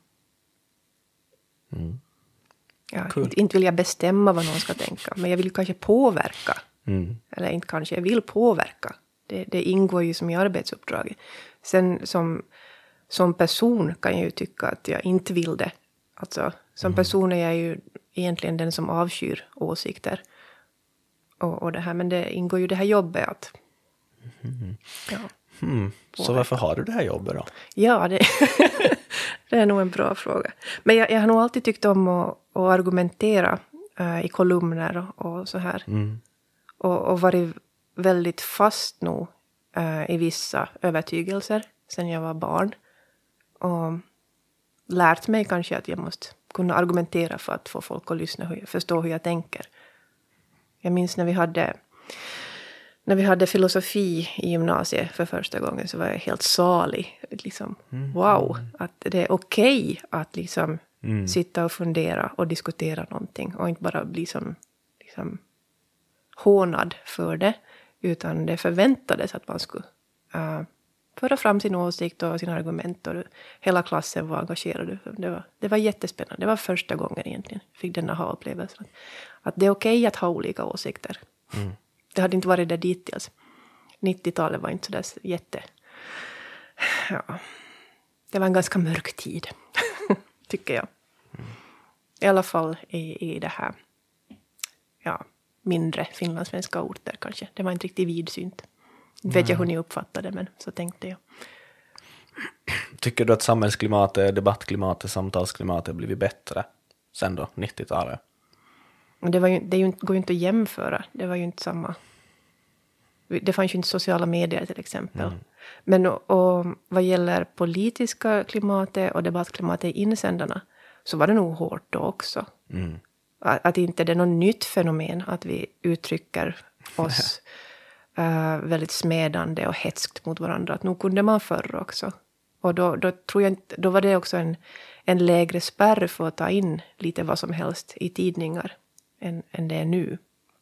Mm. Ja, cool. inte, inte vill jag bestämma vad någon ska tänka, men jag vill kanske påverka. Mm. Eller inte kanske, jag vill påverka. Det, det ingår ju som i arbetsuppdraget. Sen som, som person kan jag ju tycka att jag inte vill det. Alltså, som mm. person är jag ju egentligen den som avskyr åsikter. Och, och det här, men det ingår ju det här jobbet att... Mm. Ja. Hmm. Så varför har du det här jobbet då? Ja, det, det är nog en bra fråga. Men jag, jag har nog alltid tyckt om att, att argumentera uh, i kolumner och, och så här. Mm. Och, och varit väldigt fast nog uh, i vissa övertygelser sen jag var barn. Och lärt mig kanske att jag måste kunna argumentera för att få folk att lyssna och förstå hur jag tänker. Jag minns när vi hade... När vi hade filosofi i gymnasiet för första gången så var jag helt salig. Liksom, mm. Wow, att det är okej att liksom mm. sitta och fundera och diskutera någonting. Och inte bara bli som, liksom, hånad för det. Utan det förväntades att man skulle uh, föra fram sin åsikt och sina argument. Och hela klassen var engagerad. Det var, det var jättespännande. Det var första gången egentligen jag fick den här upplevelsen. Att det är okej att ha olika åsikter. Mm. Det hade inte varit där dittills. nittiotalet var inte så där jätte... Ja. Det var en ganska mörk tid. Tycker jag. Mm. I alla fall i, i det här... Ja, mindre finlandssvenska orter kanske. Det var inte riktigt vidsynt. Inte vet jag hur ni uppfattade, men så tänkte jag. Tycker du att samhällsklimatet, debattklimatet, samtalsklimatet har blivit bättre sen då, nittiotalet? Det, var ju, det är ju, går ju inte att jämföra. Det var ju inte samma... Det fanns ju inte sociala medier till exempel. Mm. Men och, och vad gäller politiska klimatet och debattklimatet i insändarna så var det nog hårt då också. Mm. Att, att inte det är något nytt fenomen att vi uttrycker oss uh, väldigt smedande och hetskt mot varandra. Att nog kunde man förr också. Och då, då, tror jag inte, då var det också en, en lägre spärr för att ta in lite vad som helst i tidningar än, än det är nu.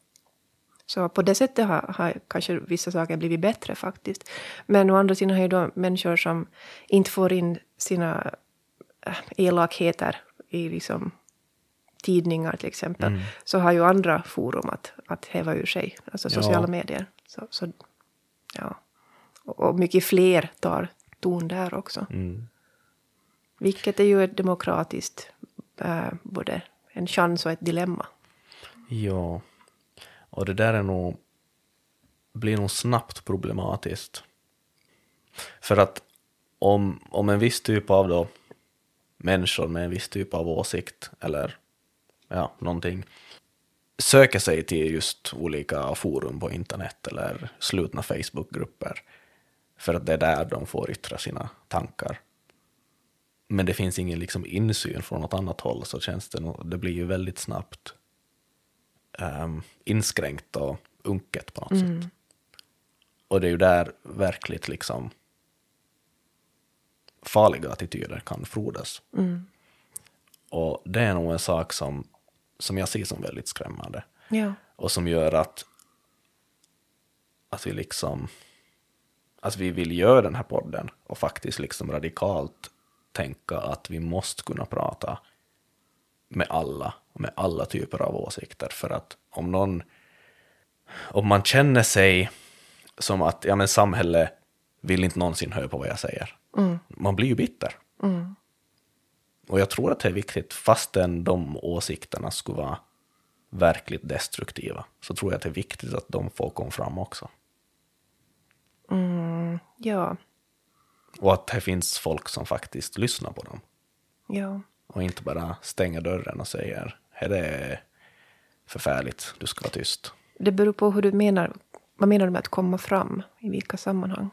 Så på det sättet har, har kanske vissa saker blivit bättre faktiskt. Men å andra sidan har ju då människor som inte får in sina elakheter i liksom tidningar till exempel. Mm. Så har ju andra forum att, att häva ur sig. Alltså sociala ja. medier. Så, så, ja. och, och mycket fler tar ton där också. Mm. Vilket är ju ett demokratiskt äh, både en chans och ett dilemma. Ja. Och det där är nog, blir nog snabbt problematiskt. För att om, om en viss typ av då, människor med en viss typ av åsikt eller ja, någonting söker sig till just olika forum på internet eller slutna Facebookgrupper för att det är där de får yttra sina tankar. Men det finns ingen liksom insyn från något annat håll, så känns det nog, det blir ju väldigt snabbt Um, inskränkt och unket på något mm. sätt. Och det är ju där verkligt liksom farliga attityder kan frodas. Mm. Och det är nog en sak som, som jag ser som väldigt skrämmande. Ja. Och som gör att att vi liksom att vi vill göra den här podden och faktiskt liksom radikalt tänka att vi måste kunna prata med alla, med alla typer av åsikter. För att om någon, om man känner sig som att ja, men samhället vill inte någonsin höra på vad jag säger. Mm. Man blir ju bitter. Mm. Och jag tror att det är viktigt, fastän de åsikterna skulle vara verkligt destruktiva, så tror jag att det är viktigt att de får komma fram också. Mm, ja. Och att det finns folk som faktiskt lyssnar på dem. Ja. Och inte bara stänger dörren och säger, är det förfärligt, du ska vara tyst. Det beror på hur du menar. Vad menar du med att komma fram? I vilka sammanhang?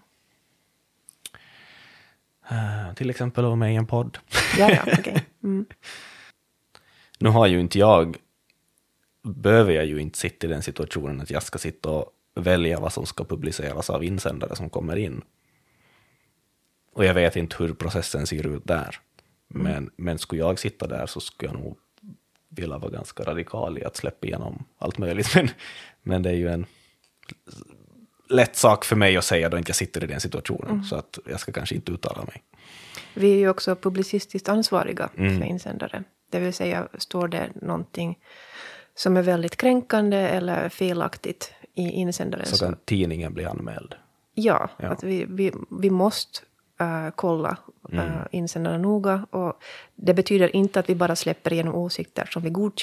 Uh, till exempel av mig i en podd. Ja, ja, okej. Okay. Mm. Nu har ju inte jag, behöver jag ju inte sitta i den situationen att jag ska sitta och välja vad som ska publiceras av insändare som kommer in. Och jag vet inte hur processen ser ut där. Mm. Men, men skulle jag sitta där så skulle jag nog vilja vara ganska radikal i att släppa igenom allt möjligt. Men, men det är ju en lätt sak för mig att säga då inte jag sitter i den situationen. Mm. Så att jag ska kanske inte uttala mig. Vi är ju också publicistiskt ansvariga mm. för insändare. Det vill säga, står det någonting som är väldigt kränkande eller felaktigt i insändaren. Så kan så, tidningen bli anmäld. Ja, ja. Att vi, vi, vi måste uh, kolla uh, mm. insändaren noga. Och det betyder inte att vi bara släpper igenom åsikter som vi godkänner.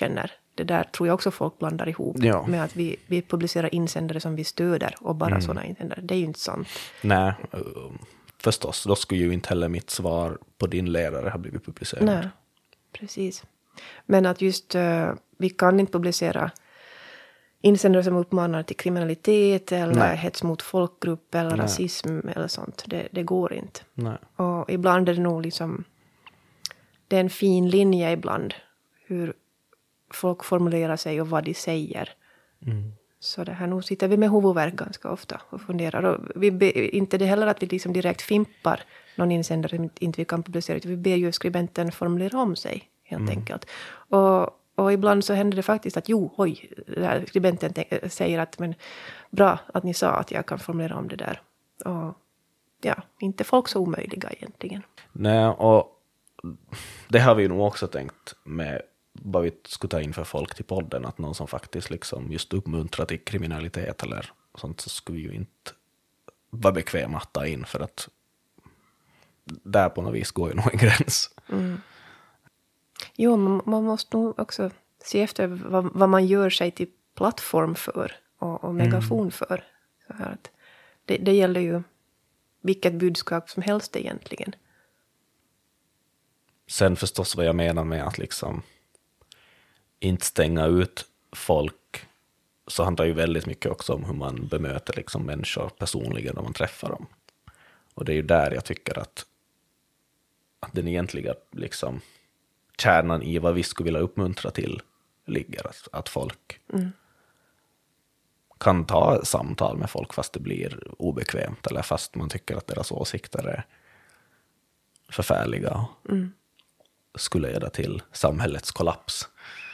det där tror jag också folk blandar ihop ja. med att vi, vi publicerar insändare som vi stöder och bara mm. sådana insändare. Det är ju inte sant. Nej, förstås. Då skulle ju inte heller mitt svar på din ledare ha blivit publicerat. Nej, precis. Men att just uh, vi kan inte publicera insändare som uppmanar till kriminalitet eller Nej. hets mot folkgrupp eller Nej. rasism eller sånt. Det, det går inte. Nej. Och ibland är det nog liksom, det är en fin linje ibland hur folk formulerar sig och vad de säger. Mm. Så det här, nu sitter vi med huvudvärk ganska ofta och funderar. Och vi be, inte det heller att vi liksom direkt fimpar någon insändare som inte vi kan publicera. Vi ber ju skribenten formulera om sig helt mm. enkelt. Och, och ibland så händer det faktiskt att jo, oj, skribenten te- säger att men bra att ni sa att jag kan formulera om det där. Och ja, inte folk så omöjliga egentligen. Nej, och det har vi ju nog också tänkt med vad vi skulle ta in för folk till podden, att någon som faktiskt liksom just uppmuntrar till kriminalitet eller sånt, så skulle vi ju inte vara bekväma att ta in, för att där på något vis går ju nog en gräns. Mm. Jo, man, man måste nog också se efter vad, vad man gör sig till plattform för och, och megafon mm. för. Så här att det, det gäller ju vilket budskap som helst egentligen. Sen förstås vad jag menar med att liksom inte stänga ut folk, så handlar ju väldigt mycket också om hur man bemöter liksom människor personligen när man träffar dem. Och det är ju där jag tycker att, att den egentliga liksom kärnan i vad vi skulle vilja uppmuntra till ligger. Att, att folk mm. kan ta samtal med folk fast det blir obekvämt, eller fast man tycker att deras åsikter är förfärliga och mm. skulle leda till samhällets kollaps.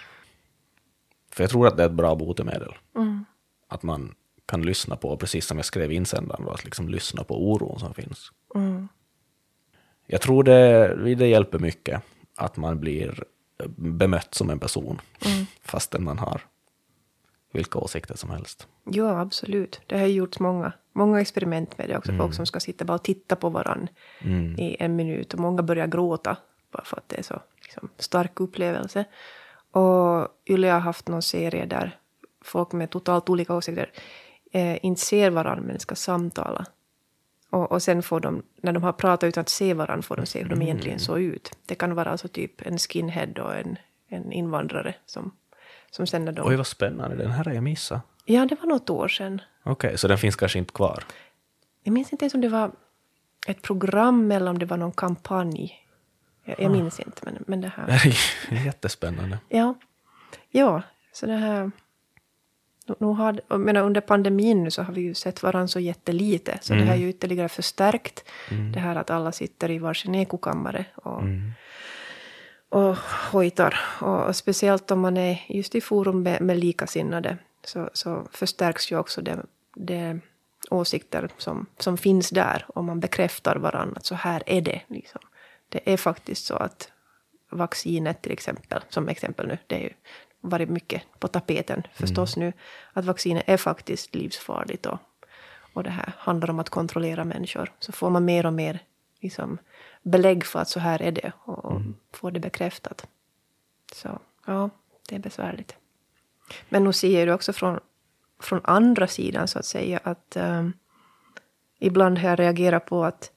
För jag tror att det är ett bra botemedel. Mm. Att man kan lyssna på, precis som jag skrev i insändaren, att liksom lyssna på oron som finns. Mm. Jag tror det, det hjälper mycket att man blir bemött som en person, mm. fastän man har vilka åsikter som helst. Ja, absolut. Det har gjorts många, många experiment med det också. Mm. Folk som ska sitta bara och titta på varann mm. i en minut. Och många börjar gråta bara för att det är så liksom, stark upplevelse. Och Yle har haft någon serie där folk med totalt olika åsikter eh, inte ser varandra men ska samtala. Och, och sen får de, när de har pratat utan att se varandra, får de se hur de egentligen såg ut. Det kan vara alltså typ en skinhead och en, en invandrare som, som sänder dem. Oj, vad spännande. Den här har jag missat. Ja, det var något år sedan. Okej, okay, så den finns kanske inte kvar? Jag minns inte ens om det var ett program eller om det var någon kampanj. Jag, jag minns inte, men, men det här... Det är jättespännande. Ja, ja, så det här... Nu har, jag menar, under pandemin nu så har vi ju sett varandra så jättelite. Så mm. det här är ju ytterligare förstärkt. Mm. Det här att alla sitter i varsin ekokammare och, mm. och hojtar. Och, och speciellt om man är just i forum med, med likasinnade så, så förstärks ju också det, det åsikter som, som finns där. Och man bekräftar varandra att så här är det liksom. Det är faktiskt så att vaccinet till exempel, som exempel nu, det är ju varit mycket på tapeten förstås mm. nu, att vaccinet är faktiskt livsfarligt och, och det här handlar om att kontrollera människor. Så får man mer och mer liksom, belägg för att så här är det och mm. får det bekräftat. Så ja, det är besvärligt. Men nu ser du också från, från andra sidan så att säga att um, ibland har jag reagerat på att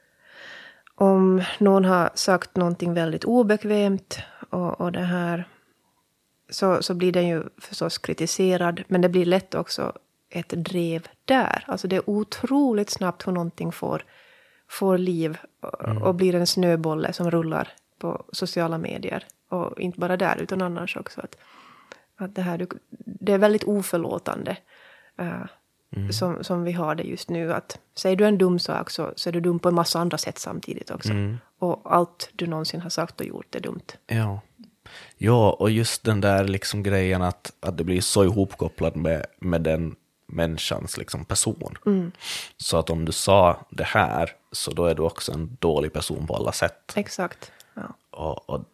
om någon har sagt någonting väldigt obekvämt och, och det här så, så blir den ju förstås kritiserad. Men det blir lätt också ett drev där. Alltså det är otroligt snabbt hur någonting får, får liv och, mm. och blir en snöbolle som rullar på sociala medier. Och inte bara där utan annars också. Att, att det, här, det är väldigt oförlåtande uh, mm. som, som vi har det just nu. Att säger du en dum sak så, så är du dum på en massa andra sätt samtidigt också. Mm. Och allt du någonsin har sagt och gjort är dumt. Ja. Ja, och just den där liksom grejen att, att det blir så ihopkopplad med, med den människans liksom person. Mm. Så att om du sa det här så då är du också en dålig person på alla sätt. Exakt. Ja. Och, och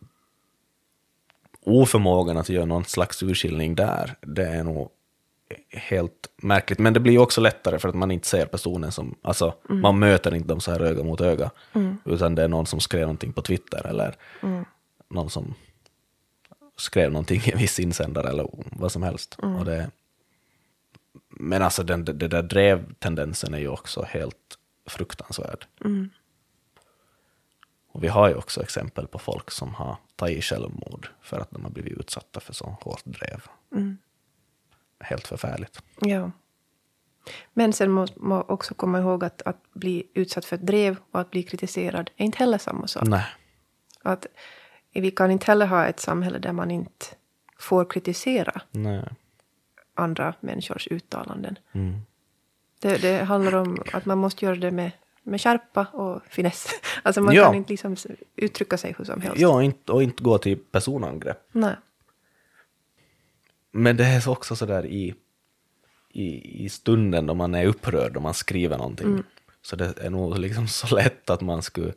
oförmågan att göra någon slags urskiljning där, det är nog helt märkligt. Men det blir ju också lättare för att man inte ser personen som, alltså mm. man möter inte dem så här öga mot öga. Mm. Utan det är någon som skrev någonting på Twitter eller mm. någon som skrev någonting i en viss insändare eller vad som helst. Mm. Och det, men alltså den, det, det där drevtendensen är ju också helt fruktansvärd. Mm. Och vi har ju också exempel på folk som har tagit självmord för att de har blivit utsatta för så hårt drev. Mm. Helt förfärligt. Ja. Men sen måste man också komma ihåg att, att bli utsatt för ett drev och att bli kritiserad är inte heller samma sak. Nej. Att vi kan inte heller ha ett samhälle där man inte får kritisera Nej. andra människors uttalanden. Mm. Det, det handlar om att man måste göra det med, med skärpa och finess. Alltså man ja. kan inte liksom uttrycka sig hur som helst. Ja, och inte, och inte gå till personangrepp. Nej. Men det är också så där i, i, i stunden då man är upprörd och man skriver någonting. Mm. Så det är nog liksom så lätt att man skulle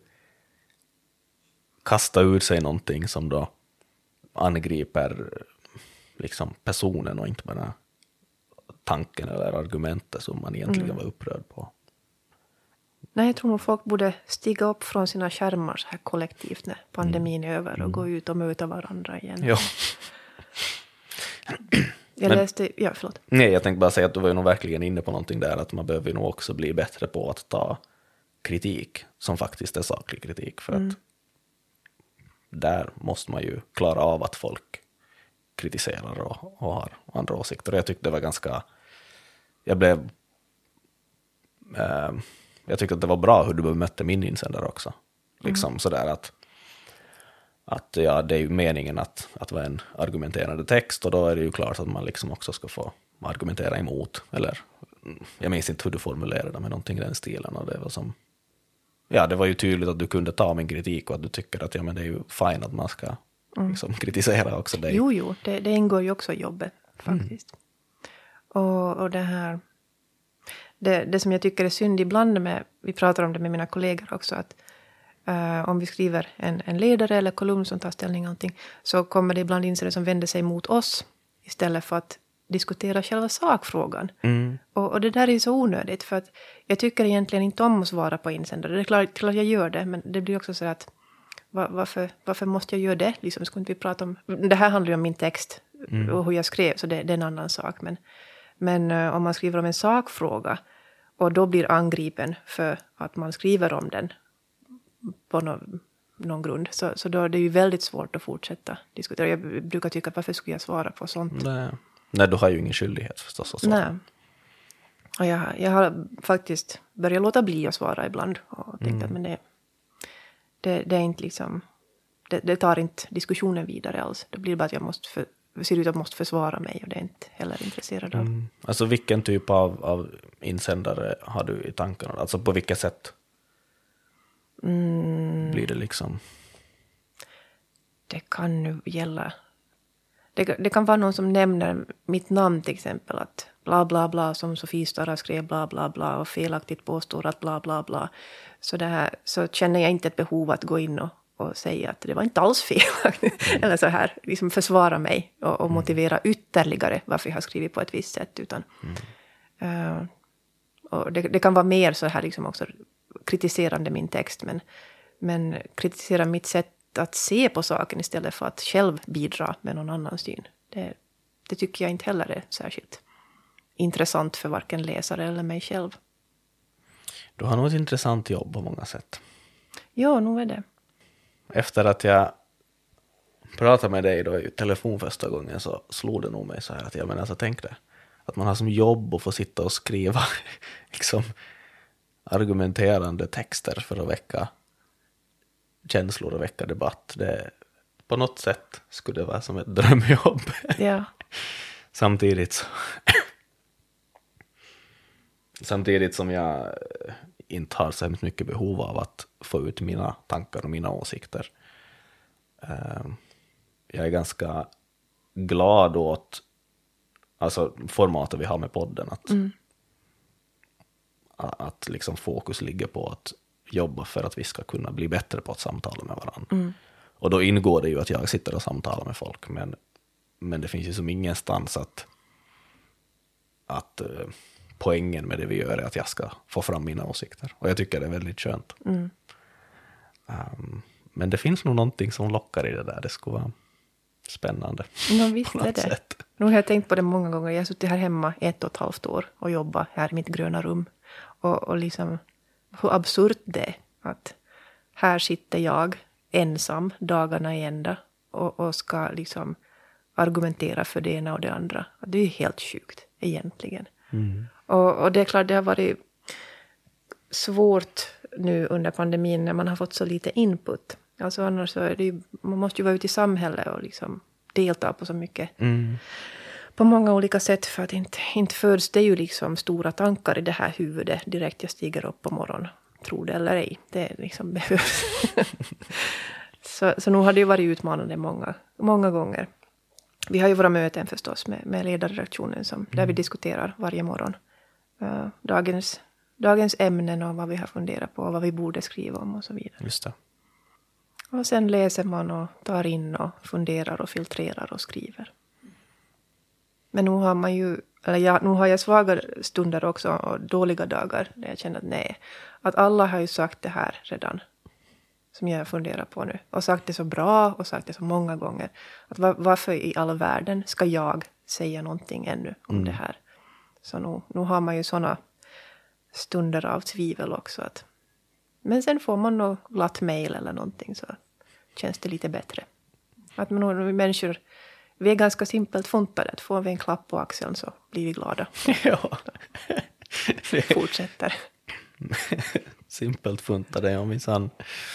kasta ut sig någonting som då angriper liksom personen och inte bara tanken eller argumentet som man egentligen mm. var upprörd på. Nej, jag tror nog folk borde stiga upp från sina skärmar så här kollektivt när pandemin är över och mm. gå ut och möta varandra igen. Ja. Jag läste, ja förlåt. Nej, jag tänkte bara säga att du var ju nog verkligen inne på någonting där, att man behöver nog också bli bättre på att ta kritik som faktiskt är saklig kritik, för mm. att där måste man ju klara av att folk kritiserar och, och har andra åsikter. Och jag tyckte det var ganska, jag blev eh, jag tyckte att det var bra hur du bemötte min insändare också. Liksom mm. sådär att att ja, det är ju meningen att, att vara en argumenterande text, och då är det ju klart att man liksom också ska få argumentera emot, eller jag minns inte hur du formulerade det, men någonting i den stilen, och det var som, ja, det var ju tydligt att du kunde ta min kritik och att du tycker att ja, men det är ju fint att man ska mm. liksom kritisera också dig. Jo, jo, det, det ingår ju också i jobbet faktiskt. Mm. Och, och det här, det, det som jag tycker är synd ibland med, vi pratar om det med mina kollegor också, att Uh, om vi skriver en, en ledare eller kolumn som tar ställning någonting, så kommer det ibland insändare som vänder sig mot oss istället för att diskutera själva sakfrågan. Mm. Och, och det där är ju så onödigt, för att jag tycker egentligen inte om att svara på insändare. Det är klart, klart jag gör det, men det blir också så att var, varför, varför måste jag göra det? Liksom, ska inte vi prata om, det här handlar ju om min text mm. och hur jag skrev, så det, det är en annan sak. Men, men uh, om man skriver om en sakfråga och då blir angripen för att man skriver om den på någon, någon grund, så, så då är det ju väldigt svårt att fortsätta diskutera. Jag brukar tycka att varför skulle jag svara på sånt? Nej, Nej du har ju ingen skyldighet förstås att svara. Nej. Och jag, jag har faktiskt börjat låta bli att svara ibland och tänkt mm. att men det, det, det är inte liksom, det, det tar inte diskussionen vidare alls. Det blir bara att jag måste för, ser ut att jag måste försvara mig, och det är inte heller intresserad av. Mm. Alltså vilken typ av, av insändare har du i tankarna? Alltså på vilket sätt Mm. blir det liksom? Det kan nu gälla, det, det kan vara någon som nämner mitt namn till exempel, att bla bla bla som Sofie Stara skrev bla bla bla och felaktigt påstår att bla bla bla, så, det här, så känner jag inte ett behov att gå in och, och säga att det var inte alls felaktigt mm. eller så här, liksom försvara mig och, och motivera ytterligare varför jag har skrivit på ett visst sätt, utan mm. uh, och det, det kan vara mer så här liksom också kritiserande min text, men, men kritisera mitt sätt att se på saken istället för att själv bidra med någon annan syn. Det, det tycker jag inte heller är särskilt intressant för varken läsare eller mig själv. Du har nog ett intressant jobb på många sätt. Ja, nog är det. Efter att jag pratade med dig då i telefon första gången, så slog det nog mig så här att jag menar, alltså, tänk det, att man har som jobb att få sitta och skriva liksom argumenterande texter för att väcka känslor och väcka debatt. Det, på något sätt skulle det vara som ett drömjobb. Ja. Samtidigt så, samtidigt som jag inte har så mycket behov av att få ut mina tankar och mina åsikter. Jag är ganska glad åt alltså formatet vi har med podden, att mm. att liksom fokus ligger på att jobba för att vi ska kunna bli bättre på att samtala med varandra. Mm. Och då ingår det ju att jag sitter och samtalar med folk, men, men det finns ju som ingenstans att, att uh, poängen med det vi gör är att jag ska få fram mina åsikter. Och jag tycker det är väldigt skönt. Mm. Um, men det finns nog någonting som lockar i det där. Det skulle vara, spännande. No, visst är det. Sätt. Nu har jag tänkt på det många gånger. Jag har suttit här hemma ett och ett halvt år och jobbat här i mitt gröna rum. Och, och liksom hur absurt det är att här sitter jag ensam dagarna i ända och, och ska liksom argumentera för det ena och det andra. Det är ju helt sjukt egentligen. Mm. Och, och det är klart det har varit svårt nu under pandemin när man har fått så lite input. Alltså annars så är det ju, man måste ju vara ute i samhället och liksom delta på så mycket. Mm. På många olika sätt för att inte, inte föds det ju liksom stora tankar i det här huvudet direkt jag stiger upp på morgonen. Tror det eller ej. Det liksom behövs. så, så nu har det ju varit utmanande många, många gånger. Vi har ju våra möten förstås med, med ledarredaktionen som, mm. där vi diskuterar varje morgon. Uh, dagens, dagens ämnen och vad vi har funderat på och vad vi borde skriva om och så vidare. Just det. Och sen läser man och tar in och funderar och filtrerar och skriver. Men nu har man ju, eller jag, nu har jag svaga stunder också och dåliga dagar där jag känner att nej. Att alla har ju sagt det här redan. Som jag funderar på nu. Och sagt det så bra och sagt det så många gånger. Att var, varför i all världen ska jag säga någonting ännu om mm. det här? Så nu, nu har man ju sådana stunder av tvivel också. Att, men sen får man något glatt mejl eller någonting så känns det lite bättre. Att man, människor, vi är ganska simpelt funtade. Att får vi en klapp på axeln så blir vi glada. Ja. Fortsätter. Simpelt funtade, ja minsann.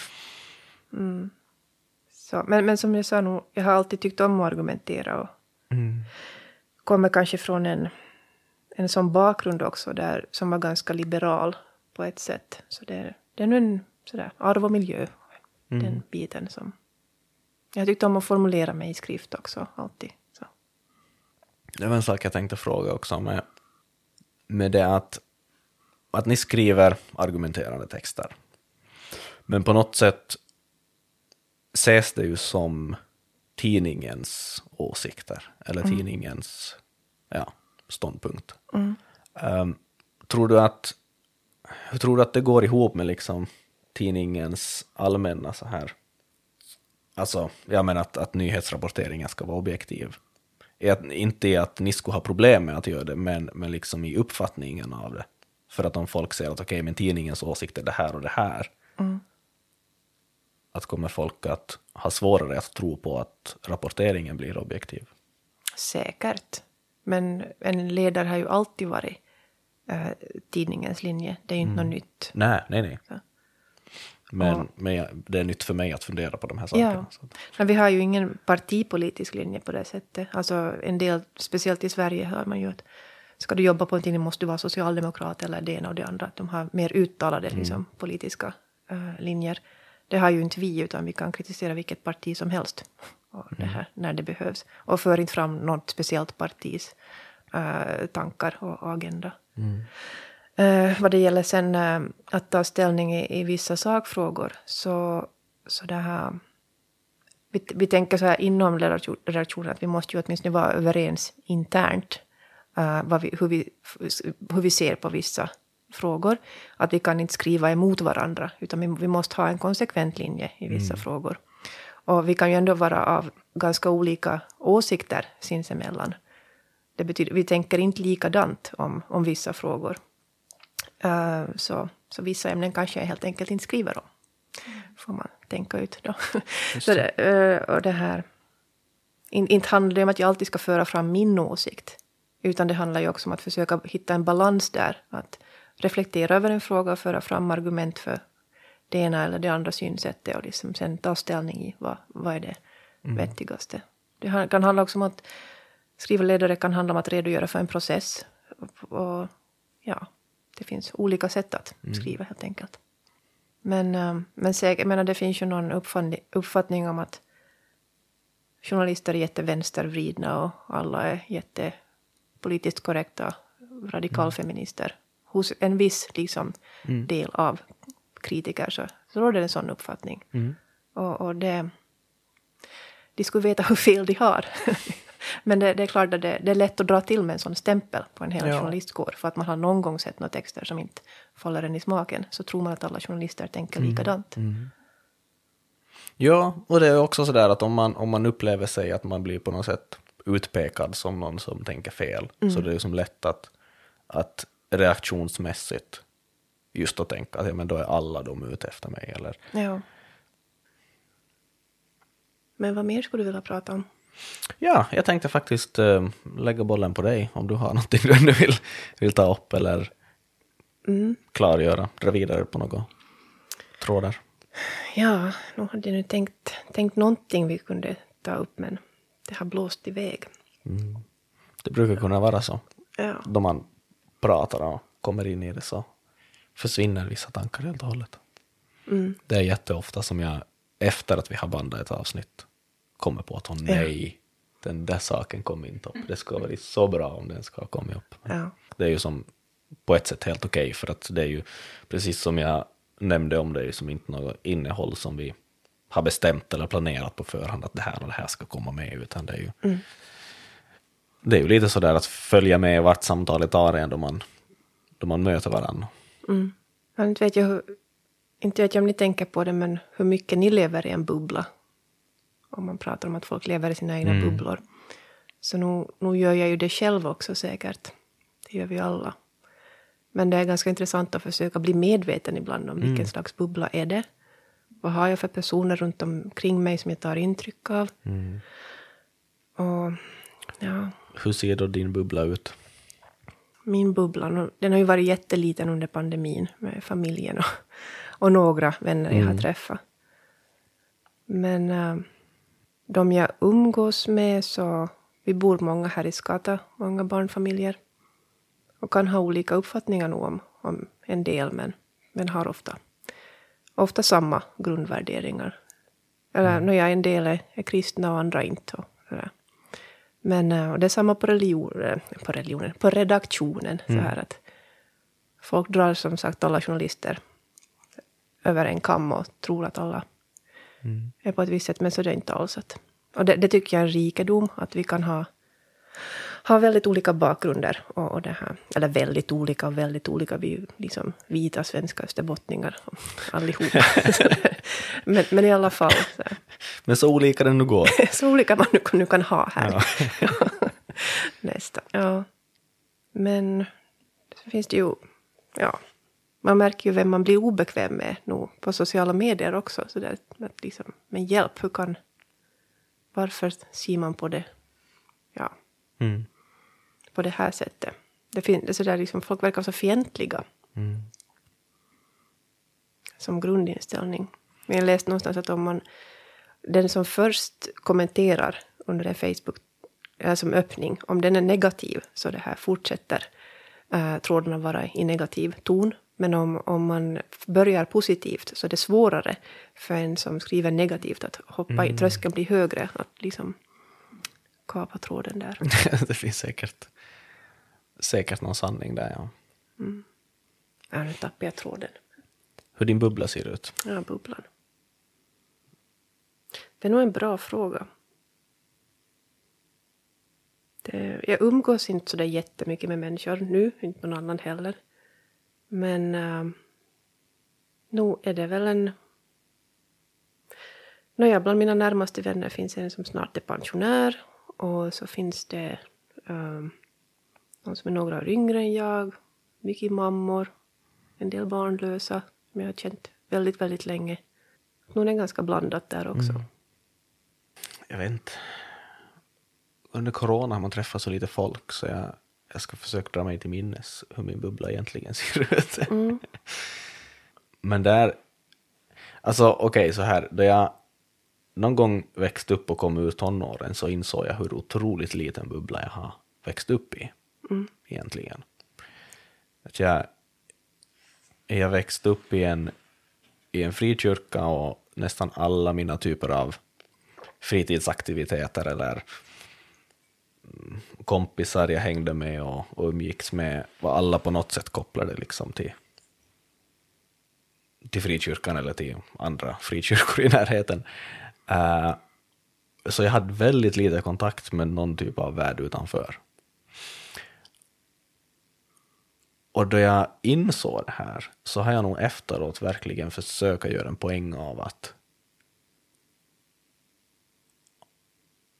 Mm. Så, men, men som jag sa nu, jag har alltid tyckt om att argumentera och mm. kommer kanske från en, en sån bakgrund också där, som var ganska liberal på ett sätt. Så det, det är nu en sådär arv och miljö, mm. den biten som jag tyckte om att formulera mig i skrift också, alltid. Så. Det var en sak jag tänkte fråga också med, med det att, att ni skriver argumenterande texter. Men på något sätt ses det ju som tidningens åsikter eller mm. tidningens ja, ståndpunkt. Mm. Um, tror du att hur tror du att det går ihop med liksom tidningens allmänna så här, alltså jag menar att, att nyhetsrapporteringen ska vara objektiv, att, inte i att ni skulle ha problem med att göra det, men, men liksom i uppfattningen av det, för att om folk säger att okej, okay, men tidningens åsikt är det här och det här, mm. att kommer folk att ha svårare att tro på att rapporteringen blir objektiv? Säkert. Men en ledare har ju alltid varit äh, tidningens linje. Det är ju inte mm. något nytt. Nej, nej, nej. Så. Men, och, men det är nytt för mig att fundera på de här sakerna. Ja. Men vi har ju ingen partipolitisk linje på det sättet. Alltså en del, speciellt i Sverige hör man ju att ska du jobba på en tidning måste du vara socialdemokrat eller det ena och det andra. Att de har mer uttalade mm. liksom, politiska äh, linjer. Det har ju inte vi, utan vi kan kritisera vilket parti som helst och det här, när det behövs. Och för inte fram något speciellt partis äh, tankar och agenda. Mm. Äh, vad det gäller sen äh, att ta ställning i, i vissa sakfrågor så, så det här, vi, vi tänker så här inom redaktionen att vi måste ju åtminstone vara överens internt äh, vad vi, hur, vi, hur vi ser på vissa frågor. Att vi kan inte skriva emot varandra, utan vi, vi måste ha en konsekvent linje i vissa mm. frågor. Och vi kan ju ändå vara av ganska olika åsikter sinsemellan. Det betyder, vi tänker inte likadant om, om vissa frågor. Uh, så, så vissa ämnen kanske jag helt enkelt inte skriver om. Mm. Får man tänka ut då. Så det, uh, och det här, in, inte handlar det om att jag alltid ska föra fram min åsikt. Utan det handlar ju också om att försöka hitta en balans där. Att reflektera över en fråga och föra fram argument för det ena eller det andra synsättet och liksom sen ta ställning i vad, vad är det mm. vettigaste. Det kan handla också om att skriva ledare kan handla om att redogöra för en process. Och, och ja, det finns olika sätt att mm. skriva helt enkelt. Men, men säkert, jag menar, det finns ju någon uppfattning, uppfattning om att journalister är jättevänstervridna och alla är jättepolitiskt korrekta radikalfeminister. Mm. Hos en viss liksom, mm. del av kritiker så, så råder det en sån uppfattning. Mm. Och, och det, de skulle veta hur fel de har. Men det, det är klart att det, det är lätt att dra till med en sån stämpel på en hel ja. journalistkår. För att man har någon gång sett några texter som inte faller en i smaken. Så tror man att alla journalister tänker mm. likadant. Mm. Ja, och det är också sådär att om man, om man upplever sig att man blir på något sätt utpekad som någon som tänker fel, mm. så det är ju som lätt att, att reaktionsmässigt just att tänka att ja, men då är alla de ute efter mig. Eller... Ja. Men vad mer skulle du vilja prata om? Ja, jag tänkte faktiskt äh, lägga bollen på dig om du har någonting du vill, vill ta upp eller mm. klargöra, dra vidare på något trådar. Ja, nu hade jag nu tänkt, tänkt någonting vi kunde ta upp, men det har blåst iväg. Mm. Det brukar kunna vara så. Ja. Då man pratar och kommer in i det så försvinner vissa tankar helt och hållet. Mm. Det är jätteofta som jag efter att vi har bandat ett avsnitt kommer på att oh, nej, ja. den där saken kom inte upp. Det skulle vara så bra om den ska ha kommit upp. Ja. Det är ju som på ett sätt helt okej, för att det är ju precis som jag nämnde om, det är ju som inte något innehåll som vi har bestämt eller planerat på förhand att det här och det här ska komma med, utan det är ju mm. det är ju lite sådär att följa med vart samtalet tar en då man, då man möter varandra. Mm. Jag inte vet jag hur, inte vet jag om ni tänker på det, men hur mycket ni lever i en bubbla. Om man pratar om att folk lever i sina egna mm. bubblor. Så nu, nu gör jag ju det själv också säkert. Det gör vi alla. Men det är ganska intressant att försöka bli medveten ibland om vilken mm. slags bubbla är det. Vad har jag för personer runt omkring mig som jag tar intryck av? Mm. Och ja. Hur ser då din bubbla ut? Min bubbla, den har ju varit jätteliten under pandemin med familjen och, och några vänner mm. jag har träffat. Men äh, de jag umgås med, så vi bor många här i Skata, många barnfamiljer. Och kan ha olika uppfattningar nog om, om en del, men, men har ofta, ofta samma grundvärderingar. Eller mm. när jag en del är, är kristna och andra inte. Och sådär. Men och det är samma på, religion, på religionen, på redaktionen. Mm. Så här att folk drar som sagt alla journalister över en kam och tror att alla mm. är på ett visst sätt, men så är det inte alls. Att, och det, det tycker jag är en rikedom, att vi kan ha har väldigt olika bakgrunder och, och det här, eller väldigt olika och väldigt olika, vi är ju liksom vita svenska österbottningar allihopa. men, men i alla fall. Så. Men så olika det nu går. så olika man nu, nu kan ha här. Ja. Nästa, ja. Men så finns det ju, ja, man märker ju vem man blir obekväm med nu på sociala medier också. Så där, att liksom, men hjälp, hur kan, varför ser man på det? Ja. Mm. På det här sättet. Det finns så där liksom, folk verkar så fientliga. Mm. Som grundinställning. Men jag läste någonstans att om man, den som först kommenterar under en Facebook äh, som öppning, om den är negativ, så det här fortsätter äh, trådarna vara i negativ ton. Men om, om man börjar positivt, så är det svårare för en som skriver negativt att hoppa mm. i, tröskeln blir högre, att liksom kapa tråden där. Det finns säkert säkert någon sanning där, ja. Mm. Ja, nu tappar jag tråden. Hur din bubbla ser ut? Ja, bubblan. Det är nog en bra fråga. Det, jag umgås inte så där jättemycket med människor nu, inte någon annan heller. Men uh, nu är det väl en... Nåja, bland mina närmaste vänner finns en som snart är pensionär. Och så finns det um, någon som är några år yngre än jag. Mycket mammor. En del barnlösa som jag har känt väldigt, väldigt länge. Nu är det ganska blandat där också. Mm. Jag vet inte. Under corona har man träffat så lite folk, så jag, jag ska försöka dra mig till minnes hur min bubbla egentligen ser ut. Mm. Men där... Alltså okej, okay, så här. Då jag någon gång växte upp och kom ur tonåren, så insåg jag hur otroligt liten bubbla jag har växt upp i. Mm. Egentligen. Att jag, jag växte upp i en, i en frikyrka, och nästan alla mina typer av fritidsaktiviteter eller kompisar jag hängde med och, och umgicks med var alla på något sätt kopplade liksom till, till frikyrkan eller till andra frikyrkor i närheten. Uh, så jag hade väldigt lite kontakt med någon typ av värld utanför. Och då jag insåg det här, så har jag nog efteråt verkligen försökt göra en poäng av att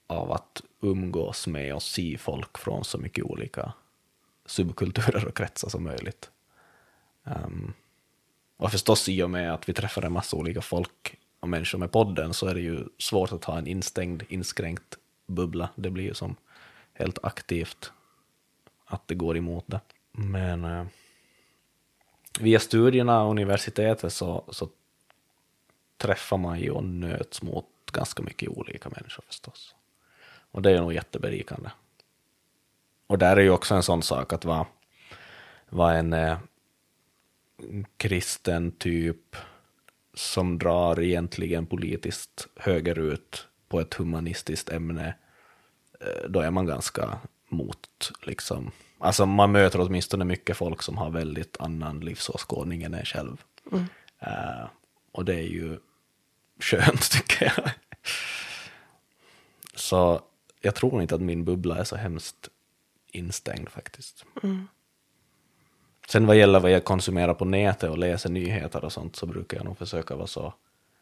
av att umgås med och se folk från så mycket olika subkulturer och kretsar som möjligt. Um, och förstås i och med att vi träffar en massa olika folk och människor med podden så är det ju svårt att ha en instängd, inskränkt bubbla. Det blir ju som helt aktivt att det går emot det. Men uh, via studierna och universitetet så, så träffar man ju och nöts mot ganska mycket olika människor förstås. Och det är nog jätteberikande. Och där är ju också en sån sak att vara, vara en eh, kristen typ som drar egentligen politiskt högerut på ett humanistiskt ämne, eh, då är man ganska mot liksom. Alltså man möter åtminstone mycket folk som har väldigt annan livsåskådning än en själv. Mm. Uh, och det är ju skönt tycker jag. Så jag tror inte att min bubbla är så hemskt instängd faktiskt. Mm. Sen vad gäller vad jag konsumerar på nätet och läser nyheter och sånt så brukar jag nog försöka vara så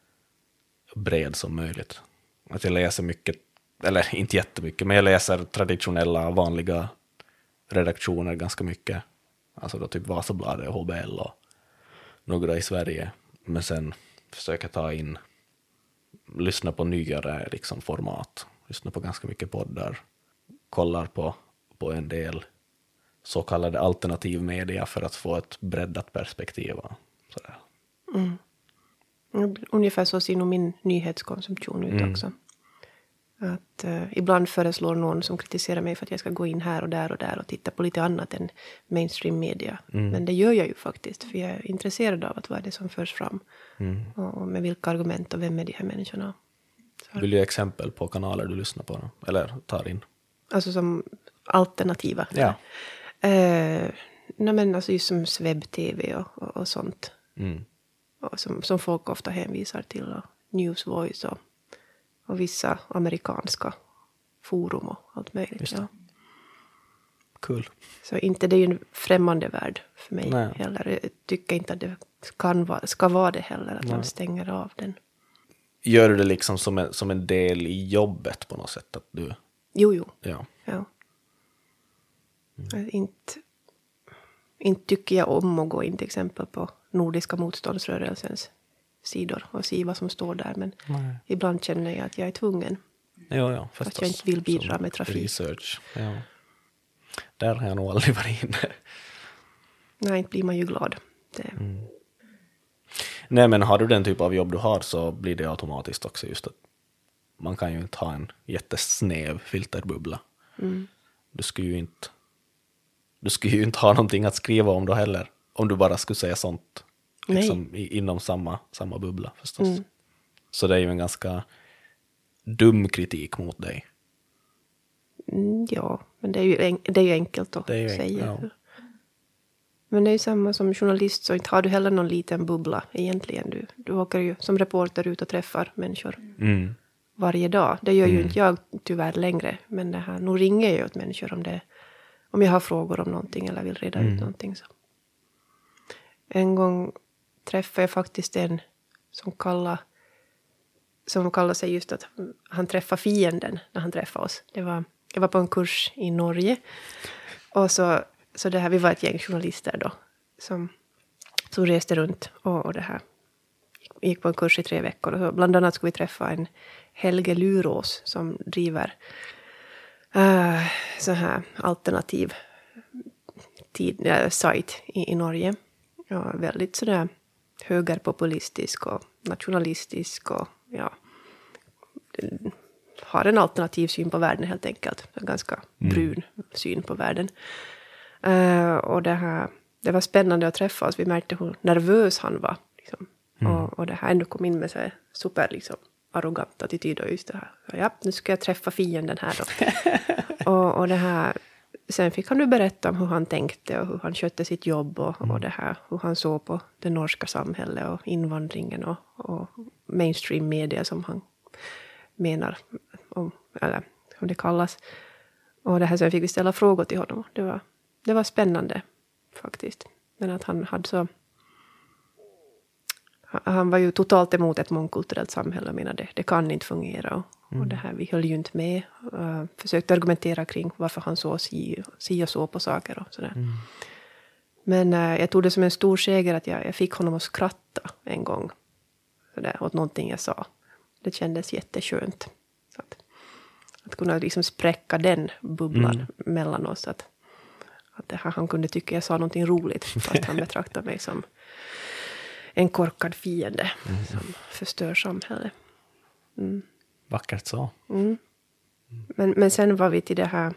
bred som möjligt. Att jag läser mycket, eller inte jättemycket, men jag läser traditionella vanliga redaktioner ganska mycket. Alltså då typ Vasabladet och H B L och några i Sverige. Men sen försöka ta in, lyssna på nyare liksom format. Lyssna på ganska mycket poddar. Kollar på, på en del så kallade alternativ media för att få ett breddat perspektiv. Sådär. Mm. Ungefär så ser nog min nyhetskonsumtion ut mm. också. Att uh, ibland föreslår någon som kritiserar mig för att jag ska gå in här och där och där och titta på lite annat än mainstream media. Mm. Men det gör jag ju faktiskt, för jag är intresserad av att vad är det som förs fram. Mm. Och, och med vilka argument och vem är de här människorna. Så. Vill du ge exempel på kanaler du lyssnar på? Eller tar in? Alltså som alternativa? Ja. Uh, nej men alltså just som webb-tv och, och, och sånt. Mm. Och som, som folk ofta hänvisar till. Och News Voice och Och vissa amerikanska forum och allt möjligt. Ja. Cool. Så inte det är ju en främmande värld för mig Nej. heller. Jag tycker inte att det kan vara, ska vara det heller. Att Nej. man stänger av den. Gör du det liksom som en, som en del i jobbet på något sätt? Att du... Jo, jo. Ja. ja. Mm. Inte, inte tycker jag om att gå in till exempel på Nordiska motståndsrörelsens sidor och se vad som står där. Men Nej. ibland känner jag att jag är tvungen. Ja, ja, fast jag inte vill bidra med trafik. Research, ja. Där har jag nog aldrig varit inne. Nej, inte blir man ju glad. Det. Mm. Nej, men har du den typ av jobb du har så blir det automatiskt också just att man kan ju inte ha en jättesnäv filterbubbla. Mm. Du skulle ju inte du skulle ju inte ha någonting att skriva om då heller. Om du bara skulle säga sånt. Liksom i, inom samma, samma bubbla förstås. Mm. Så det är ju en ganska dum kritik mot dig. Mm, ja, men det är ju, en, det är ju enkelt att ju säga. En, ja. Men det är ju samma som journalist, så inte har du heller någon liten bubbla egentligen. Du, du åker ju som reporter ut och träffar människor mm. varje dag. Det gör ju mm. inte jag tyvärr längre. Men det här, nu ringer jag ju åt människor om det, om jag har frågor om någonting eller vill reda mm. ut någonting. Så. En gång träffade jag faktiskt en som kallar, som kallar sig just att han träffar fienden när han träffar oss. Det var, jag var på en kurs i Norge. Och så, så det här, vi var ett gäng journalister då. Som, som reste runt och, och det här. Gick, gick på en kurs i tre veckor. Och så, bland annat skulle vi träffa en Helge Lurås som driver uh, så här alternativ tid, äh, sajt i, i Norge. Ja, väldigt sådär högerpopulistisk och nationalistisk och ja, har en alternativ syn på världen helt enkelt. En ganska mm. brun syn på världen. Uh, och det här, det var spännande att träffa oss. Vi märkte hur nervös han var. Liksom. Mm. Och, och det här ändå kom in med så här super liksom, arrogant attityd och just det här. Så, ja, nu ska jag träffa fienden här då. och, och det här... Sen fick han nu berätta om hur han tänkte och hur han skötte sitt jobb och, mm. och det här, hur han såg på det norska samhället och invandringen och, och mainstream media som han menar, om, eller hur det kallas. Och det här, sen fick vi ställa frågor till honom. Det var, det var spännande faktiskt. Men att han hade så... Han var ju totalt emot ett mångkulturellt samhälle och menade det, det kan inte fungera. Och, Mm. Och det här, vi höll ju inte med. Uh, försökte argumentera kring varför han så si, si och så på saker och sådär. Mm. Men uh, jag tog det som en stor seger att jag, jag fick honom att skratta en gång. Sådär, åt någonting jag sa. Det kändes jätteskönt. Så att, att kunna liksom spräcka den bubblan mm. mellan oss. Att, att det här, han kunde tycka jag sa någonting roligt. Fast han betraktade mig som en korkad fiende. Mm. Som förstör samhället. Mm. Vackert så. Mm. Men, men sen var vi till det här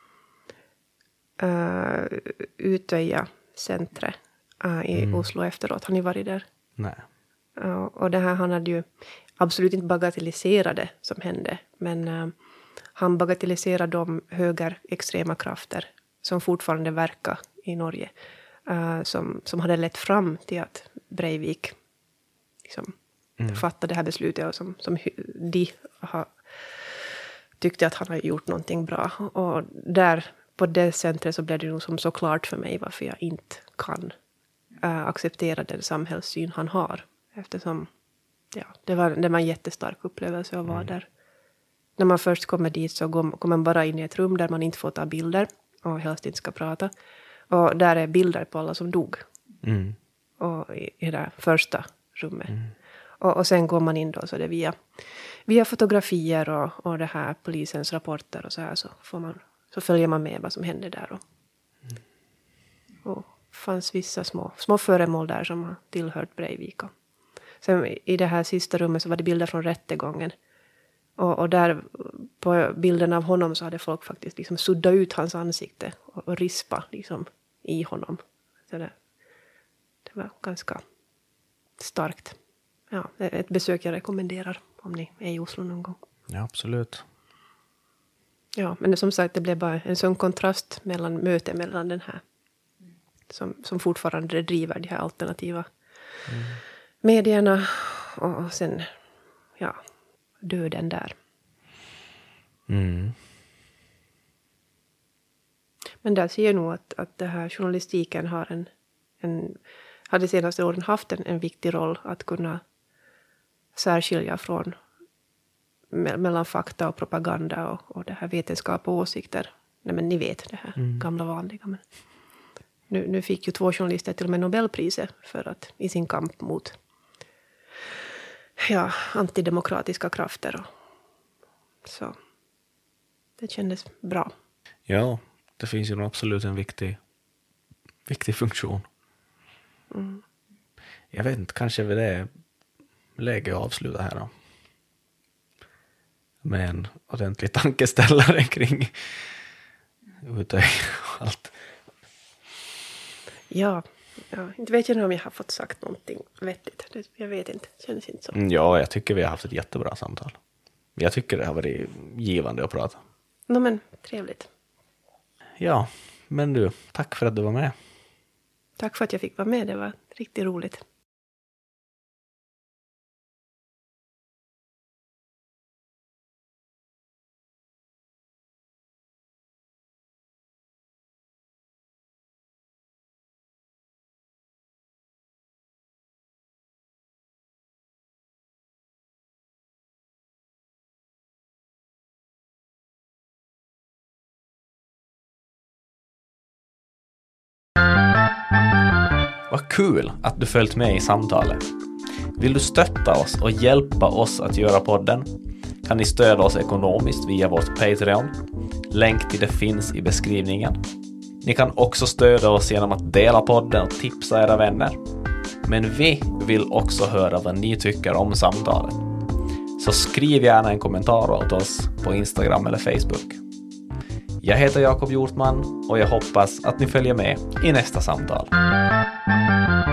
uh, Utöja centret uh, i mm. Oslo efteråt. Har ni varit där? Nej. Uh, och det här, han hade ju absolut inte bagatelliserat det som hände. Men uh, han bagatelliserade de högerextrema krafter som fortfarande verkar i Norge. Uh, som, som hade lett fram till att Breivik liksom, mm. fattade det här beslutet. Och som, som de har, tyckte att han har gjort någonting bra. Och där på det centret så blev det nog som så klart för mig varför jag inte kan uh, acceptera den samhällssyn han har. Eftersom ja, det, var, det var en jättestark upplevelse att vara mm. där. När man först kommer dit så går, går man bara in i ett rum där man inte får ta bilder. Och helst inte ska prata. Och där är bilder på alla som dog. Mm. Och i, i det där första rummet. Mm. Och, och sen går man in då så det via, via fotografier och, och det här polisens rapporter och så här. Så, får man, så följer man med vad som händer där. Och, mm. och fanns vissa små, små föremål där som har tillhört Breivik. Och sen i det här sista rummet så var det bilder från rättegången. Och, och där på bilden av honom så hade folk faktiskt liksom suddat ut hans ansikte. Och, och rispa liksom i honom. Så det, det var ganska starkt. Ja, ett besök jag rekommenderar om ni är i Oslo någon gång. Ja, absolut. Ja, men som sagt det blev bara en sån kontrast mellan mötet mellan den här som, som fortfarande driver de här alternativa mm. medierna och sen ja, döden där. Mm. Men där ser jag nog att, att det här journalistiken har en, en har de senaste åren haft en, en viktig roll att kunna särskilja från me, mellan fakta och propaganda och, och det här vetenskap och åsikter. Nej, men ni vet det här mm. gamla vanliga. Men nu, nu fick ju två journalister till och med Nobelpriset för att i sin kamp mot ja, antidemokratiska krafter. Och, så det kändes bra. Ja, det finns ju nog absolut en viktig, viktig funktion. Mm. Jag vet inte, kanske väl det är läge att avsluta här då. Med en ordentlig tankeställare kring Utöja och allt. Ja, ja, inte vet jag nu om jag har fått sagt någonting vettigt. Det, jag vet inte, det känns inte så. Ja, jag tycker vi har haft ett jättebra samtal. Jag tycker det har varit givande att prata. No, men trevligt. Ja, men du, tack för att du var med. Tack för att jag fick vara med, det var riktigt roligt. Vad kul att du följt med i samtalet. Vill du stötta oss och hjälpa oss att göra podden? Kan ni stödja oss ekonomiskt via vårt Patreon. Länk till det finns i beskrivningen. Ni kan också stödja oss genom att dela podden och tipsa era vänner. Men vi vill också höra vad ni tycker om samtalet. Så skriv gärna en kommentar åt oss på Instagram eller Facebook. Jag heter Jakob Hjortman och jag hoppas att ni följer med i nästa samtal.